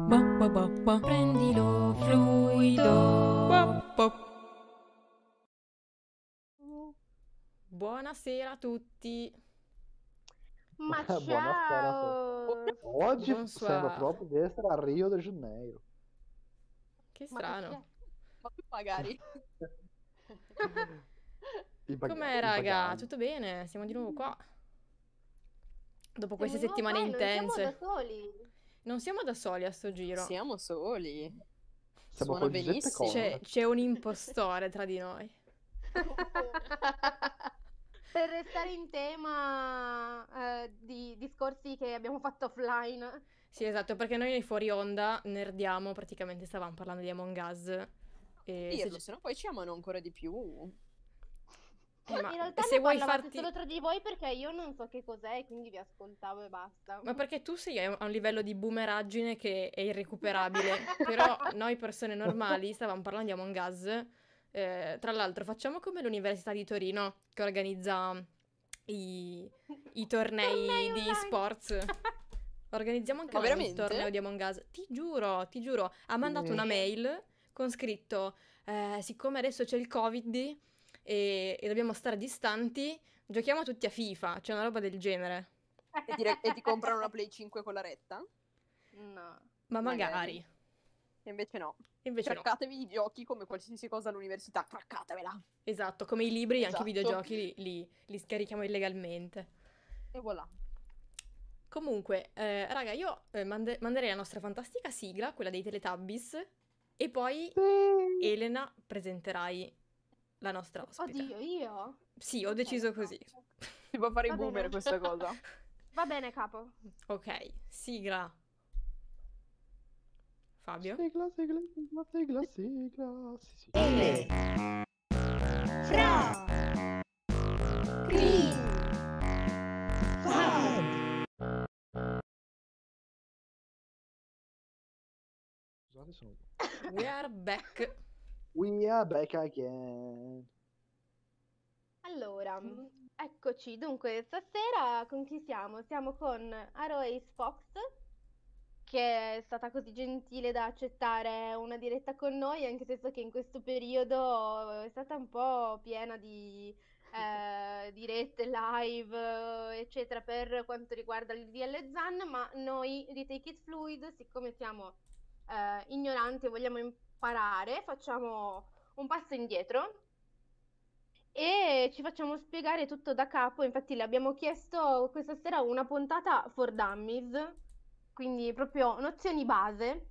Prendilo fluido. Buonasera a tutti. Ma Buonasera a te. ciao! Oggi sembra Bonsoir. proprio di essere a Rio de Janeiro. Che Ma perché? strano. Ma tu magari. Com'è, In raga? Pagani. Tutto bene? Siamo di nuovo qua. Dopo Siamo queste di nuovo settimane qua e non siamo da intense. soli. Non siamo da soli a sto giro. Siamo soli. Siamo Suona con Giuseppe benissimo. Conte. C'è un impostore tra di noi. Per restare in tema di discorsi che abbiamo fatto offline. Sì, esatto, perché noi fuori onda nerdiamo, praticamente stavamo parlando di Among Us. E Dirlo, se no poi ci amano ancora di più. ma In realtà se ne vuoi parlavate farti... solo tra di voi perché io non so che cos'è e quindi vi ascoltavo e basta. Ma perché tu sei a un livello di boomeraggine che è irrecuperabile, però noi persone normali stavamo parlando di Among Us. Tra l'altro facciamo come l'Università di Torino che organizza i tornei Tornei di online. sports. Organizziamo anche Ma noi il torneo veramente? di Among Us. Ti giuro, ha mandato una mail con scritto siccome adesso c'è il Covid e dobbiamo stare distanti, giochiamo tutti a FIFA, c'è una roba del genere. E ti comprano una Play 5 con la retta? No. Ma magari. E invece no. Invece no. Craccatevi i giochi come qualsiasi cosa all'università. Craccatevela. Esatto, come i libri, anche i Esatto. videogiochi li scarichiamo illegalmente. E voilà. Comunque, raga, io manderei la nostra fantastica sigla, quella dei Teletubbies, e poi Sì. Elena presenterai la nostra ospite. Oddio, io? Sì, ho Ok, deciso no. così. Si può fare i Va boomer bene. questa cosa. Va bene, capo. Ok, sigla. Fabio? Sigla, sigla, sigla, sigla, sigla. Sì, sì. Fra. Cri. Scusate, sono... We are back. We are back again. Allora, eccoci. Dunque, stasera con chi siamo? Siamo con Aroace Fox, che è stata così gentile da accettare una diretta con noi, anche se so che in questo periodo è stata un po' piena di dirette live, eccetera, per quanto riguarda il DL Zan, ma noi di Take It Fluid, siccome siamo ignoranti e vogliamo imparare, facciamo un passo indietro e ci facciamo spiegare tutto da capo. Infatti le abbiamo chiesto questa sera una puntata for dummies, quindi proprio nozioni base.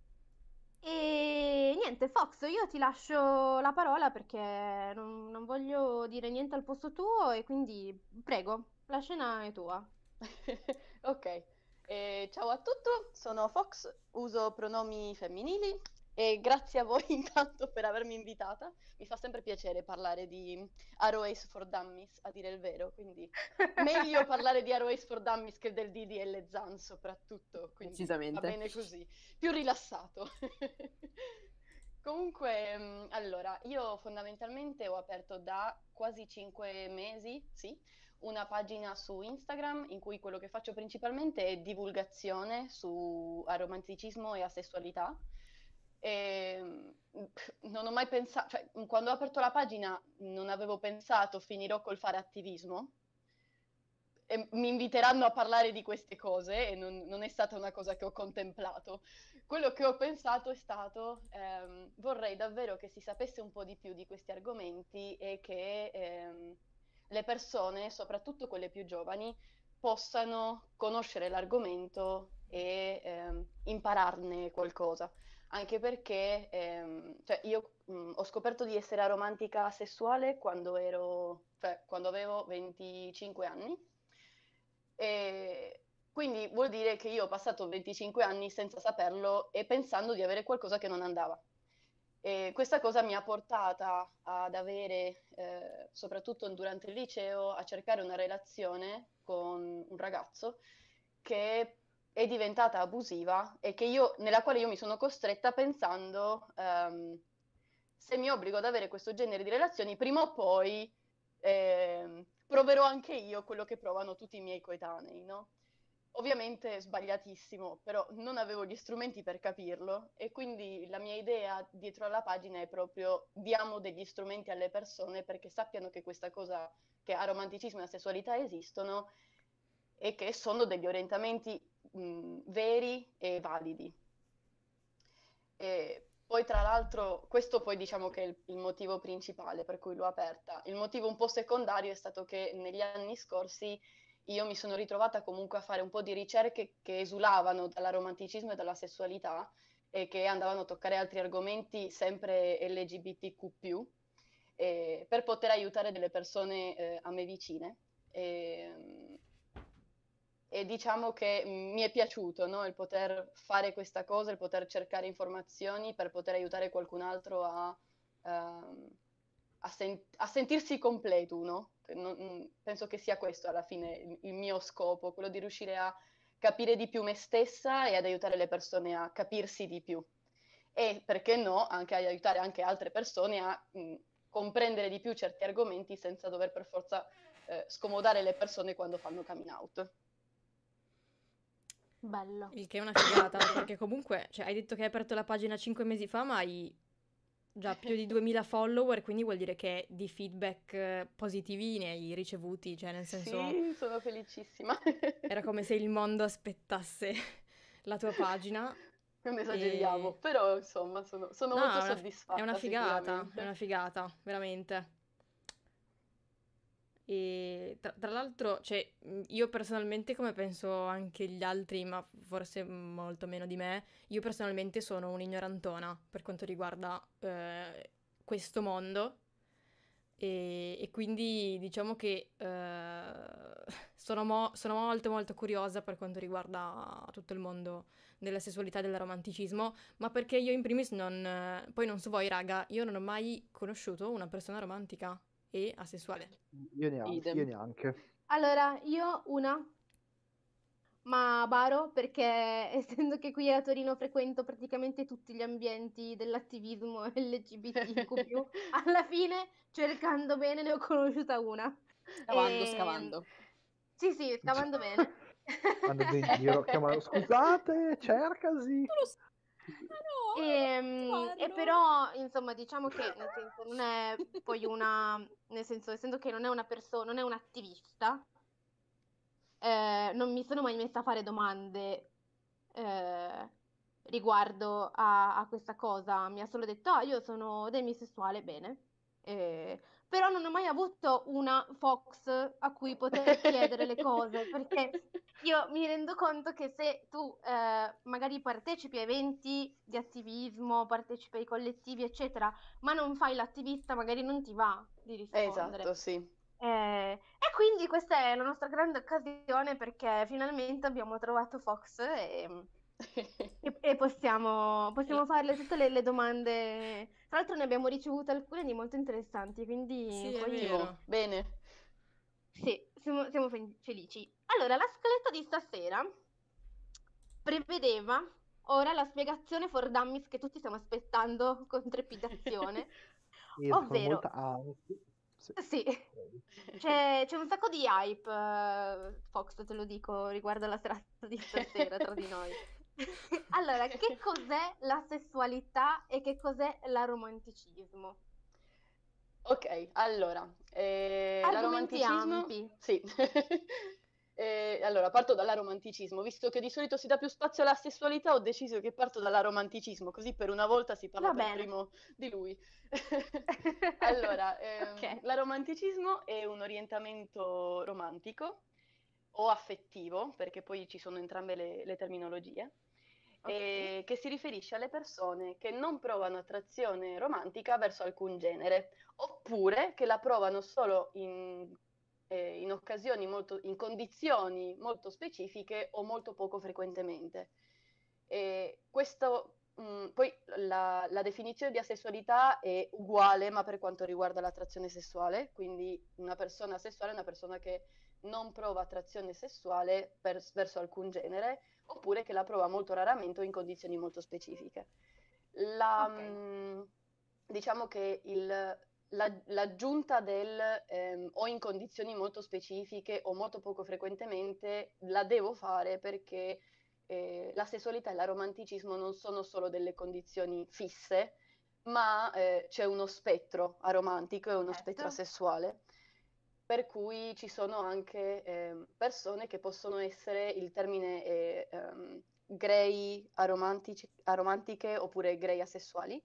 E niente, Fox, io ti lascio la parola perché non voglio dire niente al posto tuo e quindi prego, la scena è tua. Ok, ciao a tutti, sono Fox, uso pronomi femminili e grazie a voi intanto per avermi invitata. Mi fa sempre piacere parlare di Aroace for Dummies, a dire il vero, quindi meglio parlare di Aroace for Dummies che del DDL Zan soprattutto, quindi va Decisamente. bene così, più rilassato. Comunque, allora, io fondamentalmente ho aperto da quasi 5 mesi, sì, una pagina su Instagram in cui quello che faccio principalmente è divulgazione su aromanticismo e asessualità. E, non ho mai pensato, cioè, quando ho aperto la pagina non avevo pensato finirò col fare attivismo e mi inviteranno a parlare di queste cose e non è stata una cosa che ho contemplato. Quello che ho pensato è stato, vorrei davvero che si sapesse un po' di più di questi argomenti e che le persone, soprattutto quelle più giovani, possano conoscere l'argomento e impararne qualcosa. Anche perché cioè io ho scoperto di essere aromantica sessuale cioè, quando avevo 25 anni. E quindi vuol dire che io ho passato 25 anni senza saperlo e pensando di avere qualcosa che non andava. E questa cosa mi ha portata ad avere, soprattutto durante il liceo, a cercare una relazione con un ragazzo che è diventata abusiva e nella quale io mi sono costretta pensando, se mi obbligo ad avere questo genere di relazioni, prima o poi proverò anche io quello che provano tutti i miei coetanei, no? Ovviamente sbagliatissimo, però non avevo gli strumenti per capirlo e quindi la mia idea dietro alla pagina è proprio diamo degli strumenti alle persone perché sappiano che questa cosa, che aromanticismo e sessualità esistono e che sono degli orientamenti veri e validi. E poi tra l'altro, questo poi diciamo che è il motivo principale per cui l'ho aperta. Il motivo un po' secondario è stato che negli anni scorsi io mi sono ritrovata comunque a fare un po' di ricerche che esulavano dall'aromanticismo e dalla sessualità e che andavano a toccare altri argomenti sempre LGBTQ+, per poter aiutare delle persone a me vicine. E diciamo che mi è piaciuto, no? Il poter fare questa cosa, il poter cercare informazioni per poter aiutare qualcun altro ehm, a sentirsi completo, no? Penso che sia questo alla fine il mio scopo, quello di riuscire a capire di più me stessa e ad aiutare le persone a capirsi di più. E perché no, anche ad aiutare anche altre persone a comprendere di più certi argomenti senza dover per forza scomodare le persone quando fanno coming out. Bello. Il che è una figata, perché comunque, cioè, hai detto che hai aperto la pagina 5 mesi fa, ma hai già più di 2000 follower, quindi vuol dire che di feedback positivi ne hai ricevuti, cioè nel senso Sì, sono felicissima. era come se il mondo aspettasse la tua pagina. Non esageriamo, E... però insomma sono No, molto è una soddisfatta figata, è sicuramente. una figata, veramente. E tra l'altro, cioè, io personalmente, come penso anche gli altri, ma forse molto meno di me, io personalmente sono un'ignorantona per quanto riguarda questo mondo e quindi diciamo che sono molto molto curiosa per quanto riguarda tutto il mondo della sessualità e del romanticismo, ma perché io in primis poi non so voi raga, io non ho mai conosciuto una persona romantica e asessuale. Io Idem. neanche. Allora, io una, ma baro perché essendo che qui a Torino frequento praticamente tutti gli ambienti dell'attivismo LGBTQ+, alla fine, cercando bene, ne ho conosciuta una. Scavando, E... scavando. Sì, sì, scavando bene. Andando in giro, chiamando, scusate, cercasi. Tu lo sai. Ah no, E guardo. però, insomma, diciamo che nel senso non è poi una, nel senso, essendo che non è una persona, non è un'attivista, non mi sono mai messa a fare domande eh, riguardo a questa cosa. Mi ha solo detto, ah, io sono demisessuale, bene. Però non ho mai avuto una Fox a cui poter chiedere le cose, perché io mi rendo conto che se tu magari partecipi a eventi di attivismo, partecipi ai collettivi, eccetera, ma non fai l'attivista, magari non ti va di rispondere. Esatto, sì. E quindi questa è la nostra grande occasione perché finalmente abbiamo trovato Fox e possiamo farle tutte le domande. Tra l'altro ne abbiamo ricevute alcune di molto interessanti, quindi Sì, è poi vero. Ottimo, bene. sì, siamo felici. Allora, la scaletta di stasera prevedeva ora la spiegazione for dummies che tutti stiamo aspettando con trepidazione, E con ovvero molta ansia. Sì. sì, c'è un sacco di hype, Fox, te lo dico, riguardo alla serata di stasera tra di noi. Allora, che cos'è la sessualità e che cos'è l'aromanticismo? Ok, allora, Argomenti l'aromanticismo, ampi. sì. Allora, parto dall'aromanticismo. Visto che di solito si dà più spazio alla sessualità, ho deciso che parto dall'aromanticismo, così per una volta si parla Va per bene. primo di lui. Allora, Ok. l'aromanticismo è un orientamento romantico o affettivo, perché poi ci sono entrambe le terminologie, Ok. che si riferisce alle persone che non provano attrazione romantica verso alcun genere, oppure che la provano solo in occasioni in condizioni molto specifiche o molto poco frequentemente. Poi la definizione di asessualità è uguale, ma per quanto riguarda l'attrazione sessuale, quindi una persona asessuale è una persona che non prova attrazione sessuale verso alcun genere, oppure che la prova molto raramente o in condizioni molto specifiche. Ok. Diciamo che l'aggiunta del o in condizioni molto specifiche o molto poco frequentemente la devo fare perché la sessualità e l'aromanticismo non sono solo delle condizioni fisse, ma c'è uno spettro aromantico e uno spettro Certo. asessuale. Per cui ci sono anche persone che possono essere, il termine è grey aromantiche oppure grey asessuali,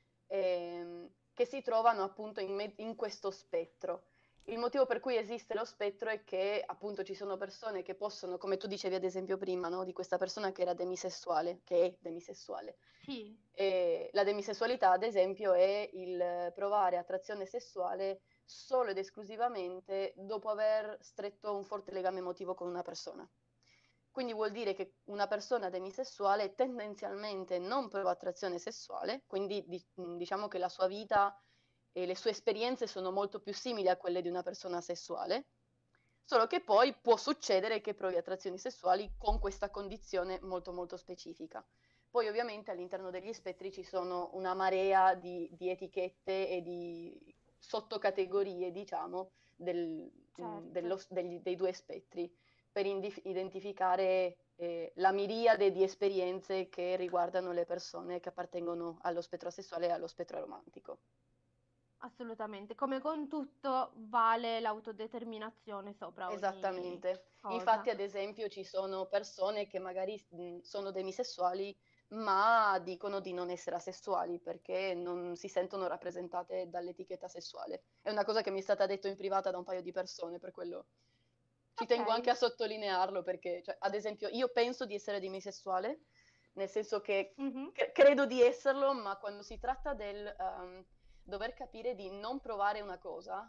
che si trovano appunto in questo spettro. Il motivo per cui esiste lo spettro è che appunto ci sono persone che possono, come tu dicevi ad esempio prima, no? Di questa persona che era demisessuale, che è demisessuale. Sì. E la demisessualità, ad esempio, è il provare attrazione sessuale solo ed esclusivamente dopo aver stretto un forte legame emotivo con una persona. Quindi vuol dire che una persona demisessuale tendenzialmente non prova attrazione sessuale, quindi diciamo che la sua vita e le sue esperienze sono molto più simili a quelle di una persona sessuale, solo che poi può succedere che provi attrazioni sessuali con questa condizione molto molto specifica. Poi ovviamente all'interno degli spettri ci sono una marea di etichette e di sottocategorie, diciamo, Certo. dei due spettri per identificare la miriade di esperienze che riguardano le persone che appartengono allo spettro sessuale e allo spettro romantico. Assolutamente. Come con tutto vale l'autodeterminazione sopra ogni Esattamente. cosa. Infatti, ad esempio, ci sono persone che magari sono demisessuali, ma dicono di non essere asessuali perché non si sentono rappresentate dall'etichetta sessuale. È una cosa che mi è stata detta in privata da un paio di persone, per quello ci tengo anche Ok. a sottolinearlo perché, cioè, ad esempio, io penso di essere demisessuale, nel senso che Mhm. credo di esserlo, ma quando si tratta del dover capire di non provare una cosa,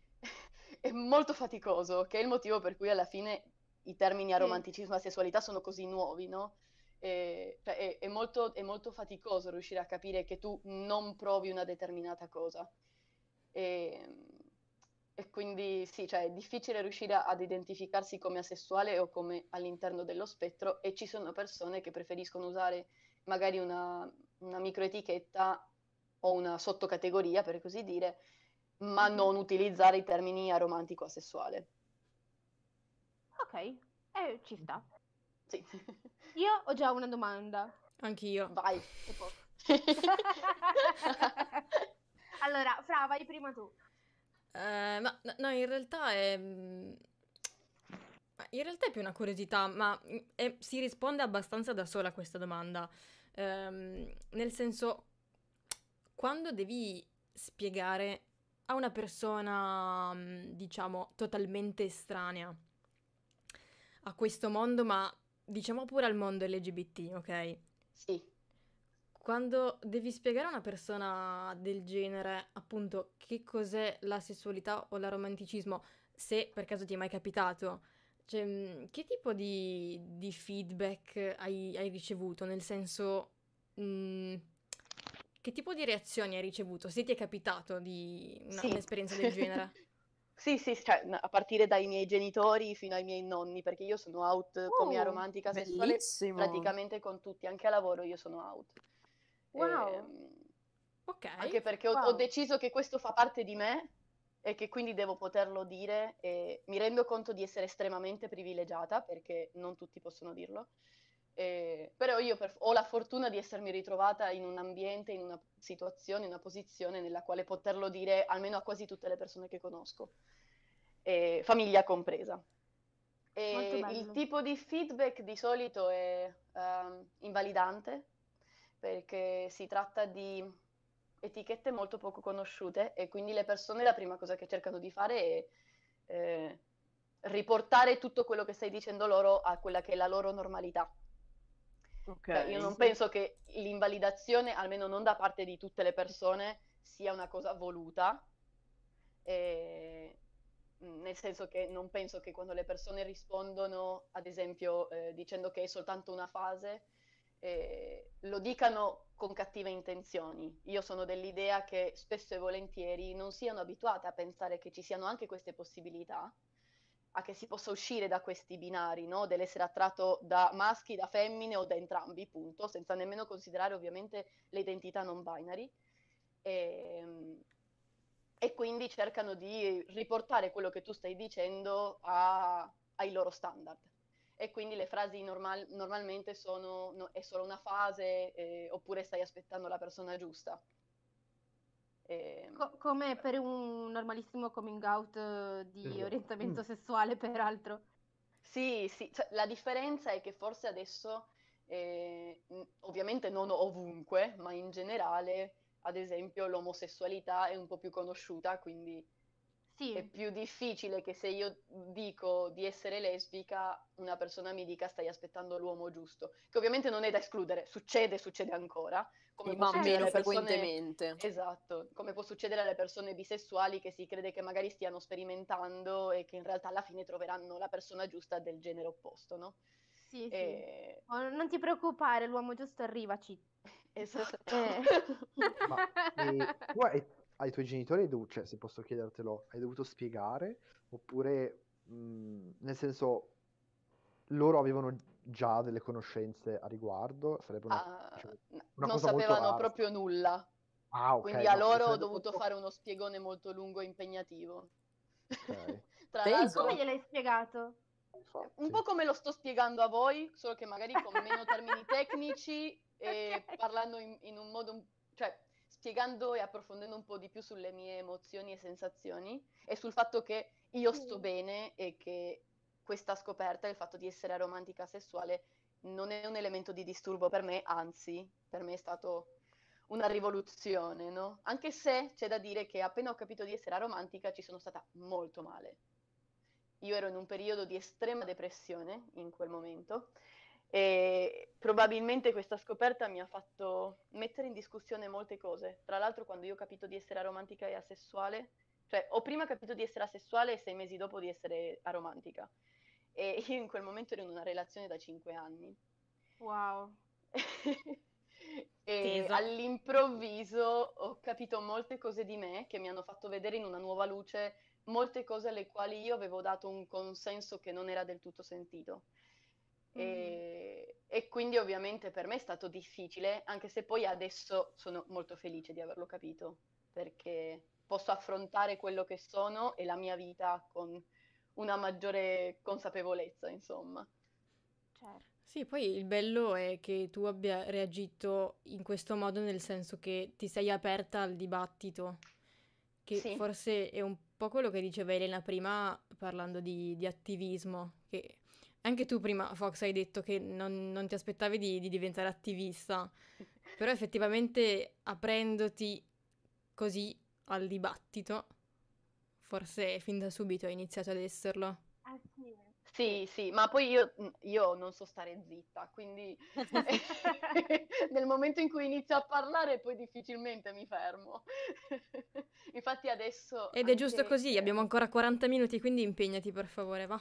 è molto faticoso, che è il motivo per cui alla fine i termini Sì. aromanticismo e sessualità sono così nuovi, no? Cioè, è molto faticoso riuscire a capire che tu non provi una determinata cosa. E, e quindi sì, cioè è difficile riuscire ad identificarsi come asessuale o come all'interno dello spettro e ci sono persone che preferiscono usare magari una microetichetta o una sottocategoria, per così dire, ma Mhm. non utilizzare i termini aromantico asessuale. Ok. Ci sta. Sì. Io ho già una domanda. Anch'io. Vai, che posso. Allora, Fra, vai prima tu. Ma no, in realtà è... in realtà è più una curiosità, ma si risponde abbastanza da sola a questa domanda. Nel senso, quando devi spiegare a una persona, diciamo, totalmente estranea a questo mondo, ma diciamo pure al mondo LGBT, ok? Sì, Quando devi spiegare a una persona del genere, appunto, che cos'è la sessualità o l'aromanticismo, se per caso ti è mai capitato, cioè, che tipo di feedback hai ricevuto? Nel senso, che tipo di reazioni hai ricevuto? Se ti è capitato di sì. un'esperienza del genere? Sì, sì, cioè, a partire dai miei genitori fino ai miei nonni, perché io sono out come Uh, aromantica sessuale Bellissimo. praticamente con tutti, anche a lavoro io sono out. wow, Ehm, Ok, Anche perché ho wow. deciso che questo fa parte di me e che quindi devo poterlo dire e mi rendo conto di essere estremamente privilegiata perché non tutti possono dirlo. Però io ho la fortuna di essermi ritrovata in un ambiente, in una situazione, in una posizione nella quale poterlo dire almeno a quasi tutte le persone che conosco, famiglia compresa. Molto E il bello. tipo di feedback di solito è invalidante perché si tratta di etichette molto poco conosciute e quindi le persone la prima cosa che cercano di fare è eh, riportare tutto quello che stai dicendo loro a quella che è la loro normalità. Ok. Cioè, io non penso che l'invalidazione, almeno non da parte di tutte le persone, sia una cosa voluta, eh, nel senso che non penso che quando le persone rispondono, ad esempio, dicendo che è soltanto una fase, lo dicano con cattive intenzioni. Io sono dell'idea che spesso e volentieri non siano abituate a pensare che ci siano anche queste possibilità, a che si possa uscire da questi binari, no? Dell'essere attratto da maschi, da femmine o da entrambi, punto, senza nemmeno considerare ovviamente le identità non binary. E, e quindi cercano di riportare quello che tu stai dicendo ai loro standard. E quindi le frasi normalmente sono è solo una fase, oppure stai aspettando la persona giusta. Come per un normalissimo coming out di Esatto. orientamento sessuale, peraltro. Sì, sì, cioè, la differenza è che forse adesso, ovviamente non ovunque, ma in generale, ad esempio, l'omosessualità è un po' più conosciuta, quindi è Sì, più difficile che se io dico di essere lesbica, una persona mi dica stai aspettando l'uomo giusto, che ovviamente non è da escludere, succede ancora, come può ma succedere meno alle persone, frequentemente. esatto, come può succedere alle persone bisessuali che si crede che magari stiano sperimentando e che in realtà alla fine troveranno la persona giusta del genere opposto, no? sì, sì. E- Oh, non ti preoccupare, l'uomo giusto arrivaci. Esatto. Ma tu ai tuoi genitori, cioè, se posso chiedertelo, hai dovuto spiegare? Oppure, nel senso, loro avevano già delle conoscenze a riguardo? Sarebbe Ah, diciamo, una non cosa molto sapevano rara. proprio nulla. Ah, ok, Quindi a no, loro ho sarebbe dovuto molto... fare uno spiegone molto lungo e impegnativo. Ok, Tra Come l'altro, Teso. gliel'hai spiegato? un infatti. po' come lo sto spiegando a voi, solo che magari con meno termini tecnici e Ok. parlando in un modo, cioè spiegando e approfondendo un po' di più sulle mie emozioni e sensazioni e sul fatto che io sto Sì. bene e che questa scoperta, il fatto di essere aromantica sessuale, non è un elemento di disturbo per me, anzi, per me è stato una rivoluzione, no? Anche se c'è da dire che appena ho capito di essere aromantica ci sono stata molto male. Io ero in un periodo di estrema depressione in quel momento e probabilmente questa scoperta mi ha fatto mettere in discussione molte cose. Tra l'altro, quando io ho capito di essere aromantica e asessuale, cioè ho prima capito di essere asessuale e 6 mesi dopo di essere aromantica. E io in quel momento ero in una relazione da 5 anni. Wow. E Tesa. all'improvviso ho capito molte cose di me che mi hanno fatto vedere in una nuova luce molte cose alle quali io avevo dato un consenso che non era del tutto sentito. Mhm. E quindi ovviamente per me è stato difficile, anche se poi adesso sono molto felice di averlo capito, perché posso affrontare quello che sono e la mia vita con una maggiore consapevolezza, insomma. Certo. Sì, poi il bello è che tu abbia reagito in questo modo, nel senso che ti sei aperta al dibattito, che Sì, forse è un po' quello che diceva Elena prima parlando di attivismo, che anche tu prima, Fox, hai detto che non ti aspettavi di diventare attivista, però effettivamente aprendoti così al dibattito, forse fin da subito hai iniziato ad esserlo. Ah, sì. Sì. sì, sì, ma poi io non so stare zitta, quindi nel momento in cui inizio a parlare poi difficilmente mi fermo. Infatti adesso Ed è giusto anche... così, abbiamo ancora 40 minuti, quindi impegnati per favore, va.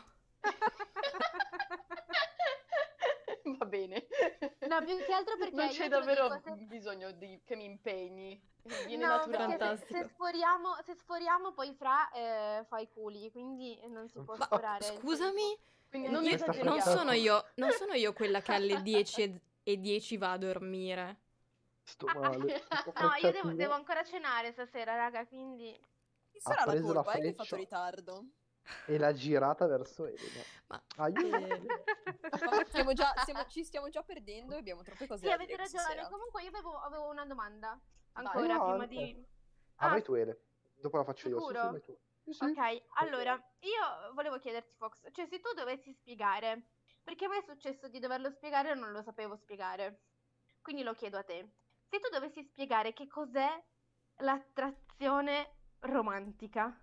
Va bene. No, più che altro perché Non c'è io te lo dico, davvero bisogno che mi impegni, viene no, perché naturale. Fantastico. se sforiamo poi Fra fa i culi, quindi non si può Ma sforare il tempo. scusami, Quindi non io Questa non sono esageriamo. fantasia, io quella che alle 10:10 va a dormire. sto male, questa No, io devo frecciatina ancora cenare stasera, raga, quindi... Chi ha sarà la preso la colpa? Che hai fatto freccia ritardo? e l'ha girata verso Elena. Ma Aiuto! Ci stiamo già perdendo e abbiamo troppe cose Sì, da avete dire questa ragione. sera. Comunque io avevo una domanda Vai. Vai ancora prima avanti. di... Ah, Ah, vai tu, Ele. Dopo la faccio io. Sì, sì, sicuro? vai tu. Sì, sì. Ok, allora, io volevo chiederti, Fox, cioè se tu dovessi spiegare, perché a me è successo di doverlo spiegare e non lo sapevo spiegare, quindi lo chiedo a te. Se tu dovessi spiegare che cos'è l'attrazione romantica,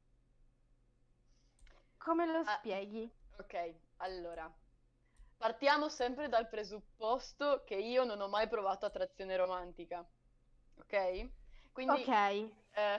come lo Ah, spieghi? ok, allora, partiamo sempre dal presupposto che io non ho mai provato attrazione romantica, ok? Ok, Quindi eh,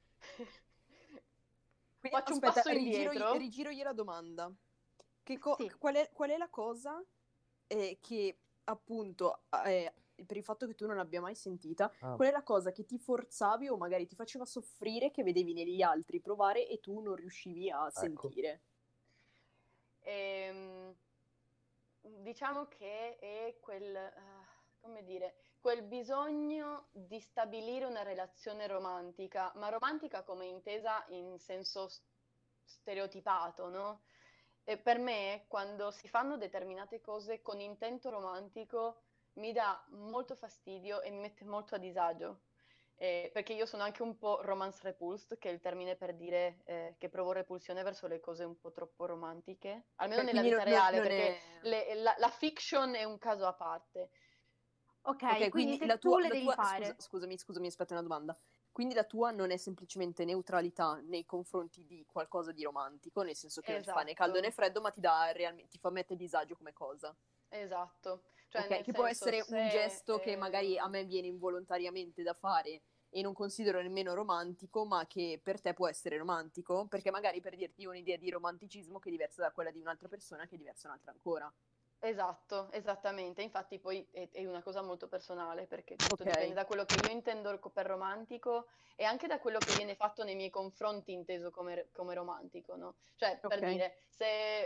Quindi faccio un aspetta, passo indietro. rigiro io la domanda. sì. Qual è la cosa che appunto, per il fatto che tu non l'abbia mai sentita, Ah, qual è la cosa che ti forzavi o magari ti faceva soffrire che vedevi negli altri provare e tu non riuscivi a ecco. sentire? Diciamo che è quel... come dire, quel bisogno di stabilire una relazione romantica, ma romantica come intesa in senso stereotipato, no? E per me, quando si fanno determinate cose con intento romantico, mi dà molto fastidio e mi mette molto a disagio. Perché io sono anche un po' romance repulsed, che è il termine per dire che provo repulsione verso le cose un po' troppo romantiche, almeno nella Quindi vita reale, non perché è... la fiction è un caso a parte. Ok, Ok, quindi quindi se tu le devi fare. scusami, aspetta una domanda. Quindi la tua non è semplicemente neutralità nei confronti di qualcosa di romantico, nel senso che non ti fa né caldo né Esatto, freddo, ma ti fa mettere disagio come cosa. esatto. Cioè, Ok, nel che può senso, essere un se... gesto che magari a me viene involontariamente da fare e non considero nemmeno romantico, ma che per te può essere romantico, perché magari per dirti un'idea di romanticismo che è diversa da quella di un'altra persona, che è diversa un'altra ancora. Esatto, esattamente. Infatti poi è una cosa molto personale, perché tutto Ok, dipende da quello che io intendo per romantico e anche da quello che viene fatto nei miei confronti inteso come romantico, no? Cioè, per ok. dire, se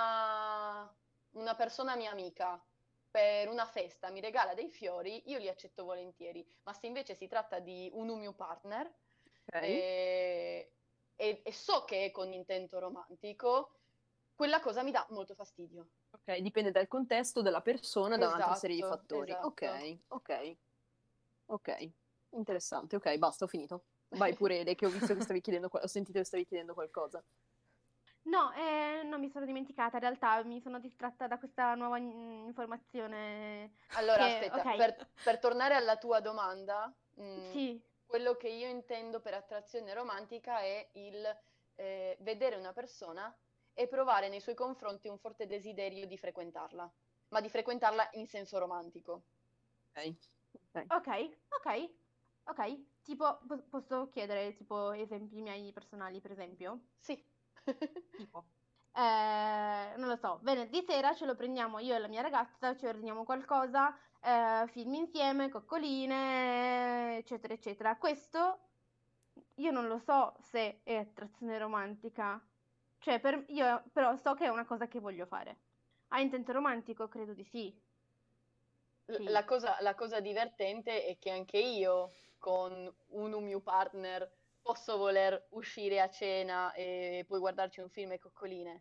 una persona mia amica per una festa mi regala dei fiori, io li accetto volentieri, ma se invece si tratta di un mio partner Ok. eh, e so che è con intento romantico, quella cosa mi dà molto fastidio. Ok, dipende dal contesto, dalla persona, da un'altra serie di Esatto, fattori. esatto. Ok, interessante. Ok, basta, ho finito. Vai pure, Ele, che ho visto che stavi chiedendo, ho sentito che stavi chiedendo qualcosa. No, non mi sono dimenticata, in realtà mi sono distratta da questa nuova informazione Allora, che, aspetta, ok, per tornare alla tua domanda, sì, quello che io intendo per attrazione romantica è il vedere una persona e provare nei suoi confronti un forte desiderio di frequentarla, ma di frequentarla in senso romantico. Ok, ok. ok, tipo, posso chiedere, tipo, esempi miei personali, per esempio? Sì. Tipo. Non lo so, venerdì sera ce lo prendiamo io e la mia ragazza, ci ordiniamo qualcosa, film insieme, coccoline, eccetera, eccetera. Questo io non lo so se è attrazione romantica, cioè io però so che è una cosa che voglio fare. Ha intento romantico? Credo di sì. Sì. La cosa divertente è che anche io con un mio partner posso voler uscire a cena e poi guardarci un film e coccoline.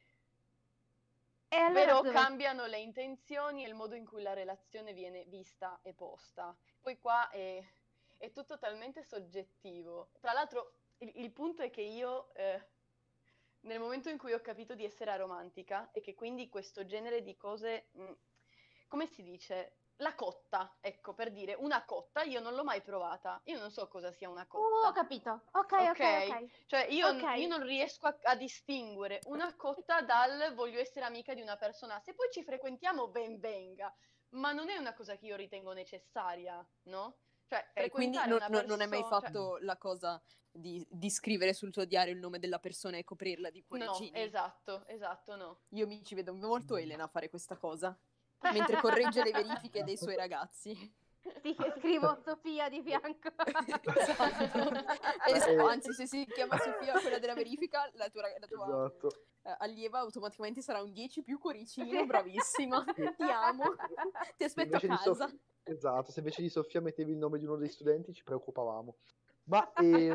E allora Però dove... cambiano le intenzioni e il modo in cui la relazione viene vista e posta. Poi qua è tutto talmente soggettivo. Tra l'altro, il punto è che io, nel momento in cui ho capito di essere aromantica e che quindi questo genere di cose, come si dice? La cotta, ecco, per dire, una cotta io non l'ho mai provata. Io non so cosa sia una Ho cotta. capito. Ok, ok, Ok? ok. Cioè io Ok. non riesco a distinguere una cotta dal voglio essere amica di una persona. Se poi ci frequentiamo, ben venga, ma non è una cosa che io ritengo necessaria, no? Cioè, Quindi frequentare una non hai mai persona... Cioè, fatto la cosa di scrivere sul tuo diario il nome della persona e coprirla di no, cuoricini? esatto, no. Io mi ci vedo molto Elena a fare questa cosa, mentre corregge le verifiche dei suoi ragazzi. Sì, che scrivo Sofia di fianco. Esatto. Beh, Anzi, se si chiama Sofia quella della verifica, la tua esatto. allieva automaticamente sarà un 10 più cuoricino, bravissima, ti amo, ti Se aspetto a invece di casa. Esatto, se invece di Sofia mettevi il nome di uno dei studenti ci preoccupavamo. Ma